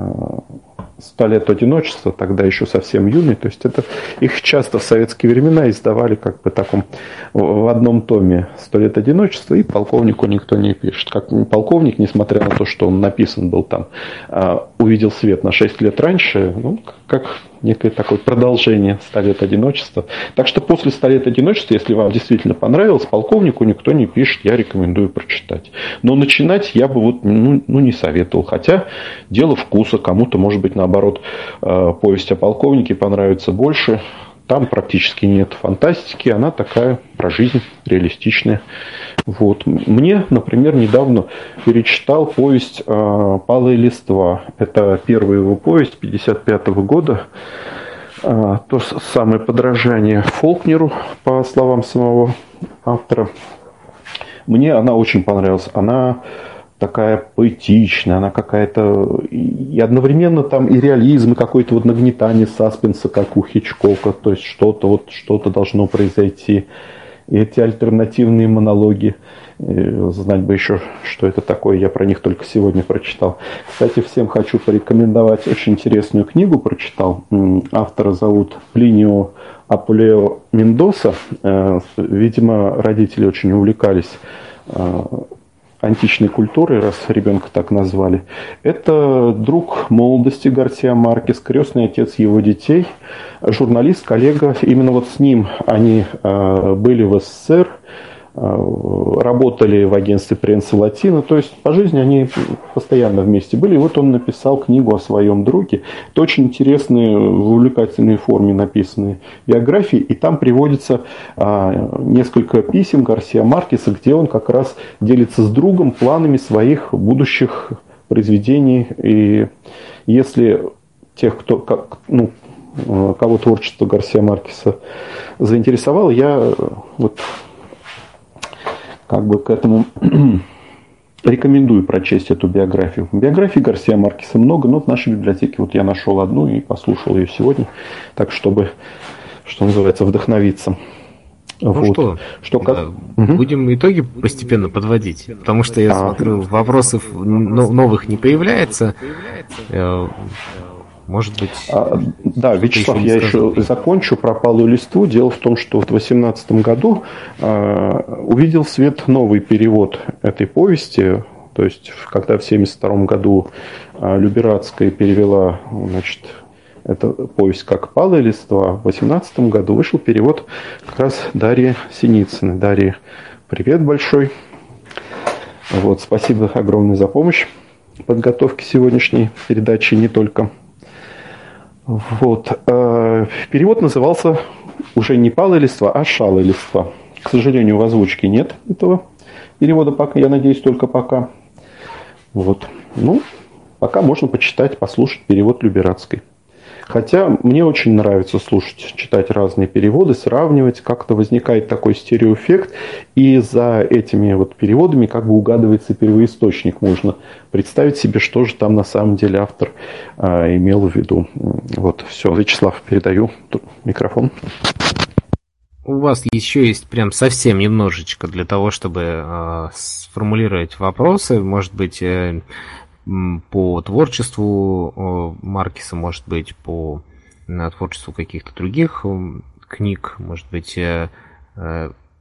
«Сто лет одиночества», тогда еще совсем юный, то есть это их часто в советские времена издавали как бы таком в одном томе «Сто лет одиночества», и полковнику никто не пишет. Как полковник, несмотря на то, что он написан был там, увидел свет на шесть лет раньше, ну, как некое такое продолжение «Сто лет одиночества». Так что после «Сто лет одиночества», если вам действительно понравилось, полковнику никто не пишет, я рекомендую прочитать. Но начинать я бы вот, ну, ну, не советовал. Хотя дело вкуса, кому-то, может быть, наоборот, повесть о полковнике понравится больше. Там практически нет фантастики, она такая про жизнь, реалистичная. Вот. Мне, например, недавно перечитал повесть «Палая листва». Это первая его повесть пятьдесят пятого года. То самое подражание Фолкнеру, по словам самого автора. Мне она очень понравилась. Она такая поэтичная, она какая-то... И одновременно там и реализм, и какое-то вот нагнетание саспенса, как у Хичкока. То есть что-то вот, что-то должно произойти. И эти альтернативные монологи. Знать бы еще, что это такое, я про них только сегодня прочитал. Кстати, всем хочу порекомендовать очень интересную книгу, прочитал. Автора зовут Плинио Апулео Мендоса. Видимо, родители очень увлекались античной культурой, раз ребенка так назвали. Это друг молодости Гарсиа Маркес, крестный отец его детей, журналист, коллега. Именно вот с ним они были в СССР, работали в агентстве Пресса Латина, то есть по жизни они постоянно вместе были. И вот он написал книгу о своем друге. Это очень интересные, в увлекательной форме написанные биографии, и там приводится а, несколько писем Гарсиа Маркеса, где он как раз делится с другом планами своих будущих произведений. И если тех, кто, как, ну, кого творчество Гарсиа Маркеса заинтересовало, я вот как бы к этому рекомендую прочесть эту биографию. Биографий Гарсиа Маркеса много, но в нашей библиотеке вот я нашел одну и послушал ее сегодня, так чтобы, что называется, вдохновиться. Ну вот. что, что как... да, угу. Будем итоги постепенно подводить, потому что я а... смотрю, вопросов новых не появляется. Может быть... А, да, Вячеслав, я еще закончу про «Палую листву». Дело в том, что в две тысячи восемнадцатом году а, увидел свет новый перевод этой повести. То есть, когда в семьдесят втором году а, Люберацкая перевела, значит, эту повесть как «Палая листва», в две тысячи восемнадцатом году вышел перевод как раз Дарьи Синицыной. Дарья, привет большой. Вот, спасибо огромное за помощь в подготовке сегодняшней передачи, не только. Вот. Перевод назывался уже не «Палая листва», а «Шалая листва». К сожалению, в озвучке нет этого перевода пока, я надеюсь, только пока. Вот. Ну, пока можно почитать, послушать перевод Люберацкой. Хотя мне очень нравится слушать, читать разные переводы, сравнивать, как-то возникает такой стереоэффект, и за этими вот переводами как бы угадывается первоисточник, можно представить себе, что же там на самом деле автор а, имел в виду. Вот, все, Вячеслав, передаю микрофон. У вас еще есть прям совсем немножечко для того, чтобы э, сформулировать вопросы, может быть... Э, по творчеству Маркеса, может быть, по творчеству каких-то других книг, может быть,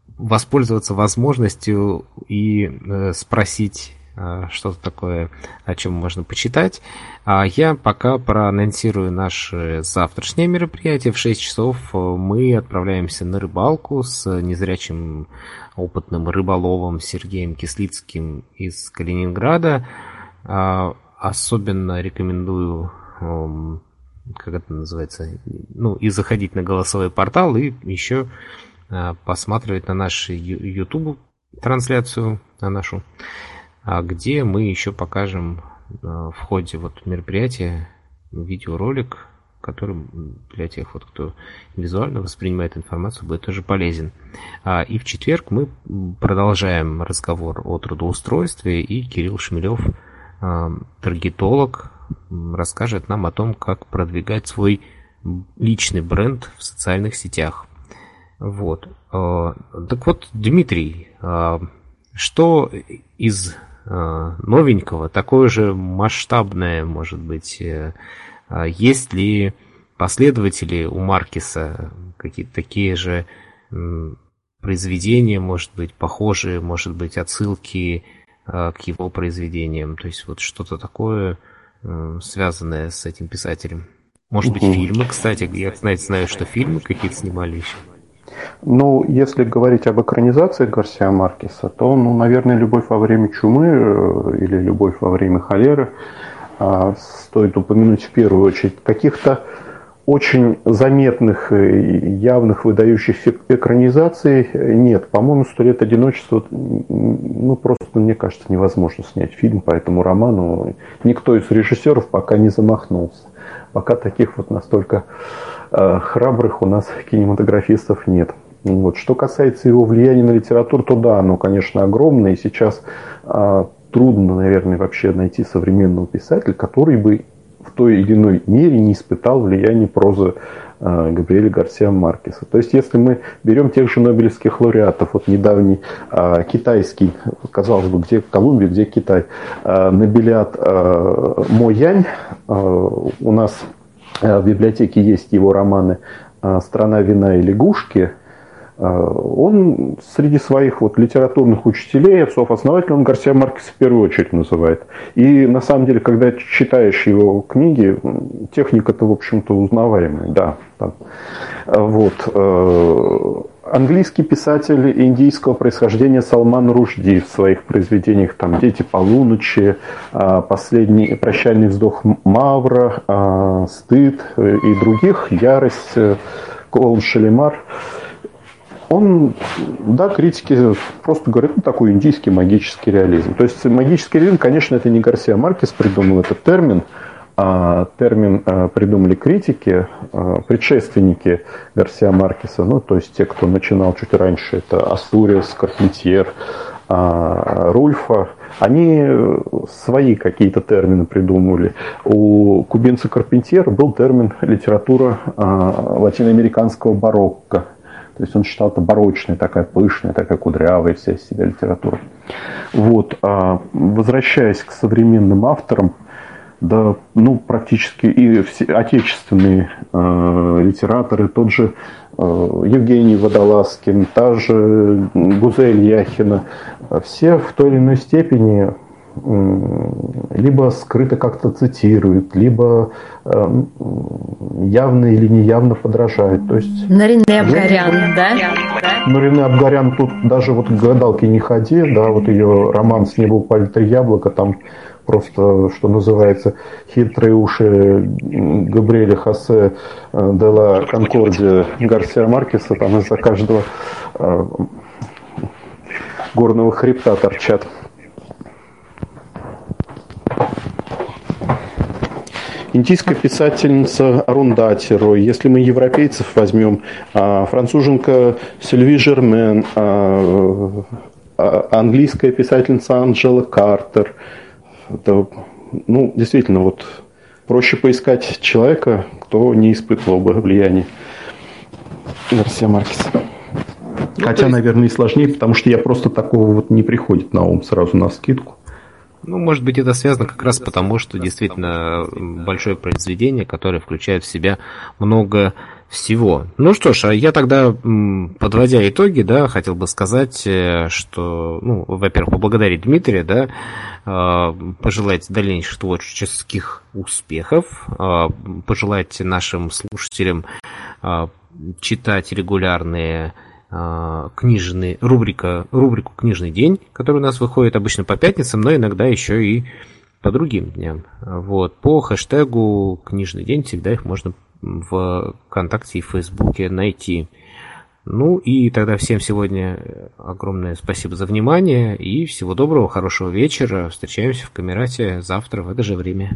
воспользоваться возможностью и э, спросить э, что-то такое, о чем можно почитать. А я пока проанонсирую наше завтрашнее мероприятие. В шесть часов мы отправляемся на рыбалку с незрячим опытным рыболовом Сергеем Кислицким из Калининграда. А, особенно рекомендую, э, как это называется, ну, и заходить на голосовой портал, и еще посматривать на нашу YouTube трансляцию, на нашу, где мы еще покажем в ходе вот мероприятия видеоролик, который для тех, вот, кто визуально воспринимает информацию, будет тоже полезен. И в четверг мы продолжаем разговор о трудоустройстве, и Кирилл Шмелев, таргетолог, расскажет нам о том, как продвигать свой личный бренд в социальных сетях. Вот. Так вот, Дмитрий, что из новенького, такое же масштабное, может быть, есть ли последователи у Маркеса, какие-то такие же произведения, может быть, похожие, может быть, отсылки к его произведениям, то есть вот что-то такое, связанное с этим писателем? Может быть, фильмы, кстати, я, знаете, знаю, что фильмы какие-то снимали еще. Ну, если говорить об экранизации Гарсиа Маркеса, то, ну, наверное, «Любовь во время чумы» или «Любовь во время холеры» стоит упомянуть в первую очередь. Каких-то очень заметных, явных, выдающихся экранизаций нет. По-моему, «Сто лет одиночества», ну, просто, мне кажется, невозможно снять фильм по этому роману. Никто из режиссеров пока не замахнулся. Пока таких вот настолько э, храбрых у нас кинематографистов нет. Вот. Что касается его влияния на литературу, то да, оно, конечно, огромное. И сейчас э, трудно, наверное, вообще найти современного писателя, который бы в той или иной мере не испытал влияния прозы э, Габриэля Гарсиа Маркеса. То есть, если мы берем тех же нобелевских лауреатов, вот недавний э, китайский, казалось бы, где Колумбия, где Китай, э, нобелиат э, Мо Янь, э, у нас э, в библиотеке есть его романы э, «Страна вина и лягушки». Он среди своих вот литературных учителей, отцов-основателей, он Гарсиа Маркеса в первую очередь называет. И на самом деле, когда читаешь его книги, техника-то, в общем-то, узнаваемая. Да, да. Вот. Английский писатель индийского происхождения Салман Рушди в своих произведениях, там «Дети полуночи», «Последний прощальный вздох Мавра», «Стыд» и других, «Ярость», «Колон Шалимар». Он, да, критики просто говорят, ну, такой индийский магический реализм. То есть магический реализм, конечно, это не Гарсиа Маркес придумал этот термин, а термин а, придумали критики, а, предшественники Гарсиа Маркеса, ну, то есть те, кто начинал чуть раньше, это Астуриас, Карпентьер, а, Рульфа. Они свои какие-то термины придумывали. У кубинца Карпентьера был термин «литература а, латиноамериканского барокко». То есть он считал это барочной, такая пышная, такая кудрявая вся из себя литература. Вот. А возвращаясь к современным авторам, да, ну, практически и все отечественные э, литераторы, тот же э, Евгений Водолазкин, та же Гузель Яхина, все в той или иной степени либо скрыто как-то цитируют, либо э, явно или неявно подражают. То есть, Нарине Абгарян, да? Нарине Абгарян, тут даже вот к гадалке не ходи, да, вот ее роман «С неба упали три яблока», там просто, что называется, хитрые уши Габриэля Хосе де ла Конкордия Гарсиа Маркеса, там из-за каждого э, горного хребта торчат. Индийская писательница Арундати Рой, если мы европейцев возьмем, француженка Сильви Жермен, английская писательница Анджела Картер. Это, ну, действительно, вот проще поискать человека, кто не испытывал бы влияния Гарсиа Маркеса. Ну, Хотя, есть... наверное, и сложнее, потому что я просто такого вот не приходит на ум сразу на скидку. Ну, может быть, это связано как раз потому, что действительно большое произведение, которое включает в себя много всего. Ну что ж, а я тогда, подводя итоги, да, хотел бы сказать, что, ну, во-первых, поблагодарить Дмитрия, да, пожелать дальнейших творческих успехов, пожелать нашим слушателям читать регулярные книжные, рубрика, рубрику «Книжный день», который у нас выходит обычно по пятницам, но иногда еще и по другим дням. Вот. По хэштегу «Книжный день» всегда их можно в ВКонтакте и в Фейсбуке найти. Ну и тогда всем сегодня огромное спасибо за внимание и всего доброго, хорошего вечера. Встречаемся в Камерате завтра в это же время.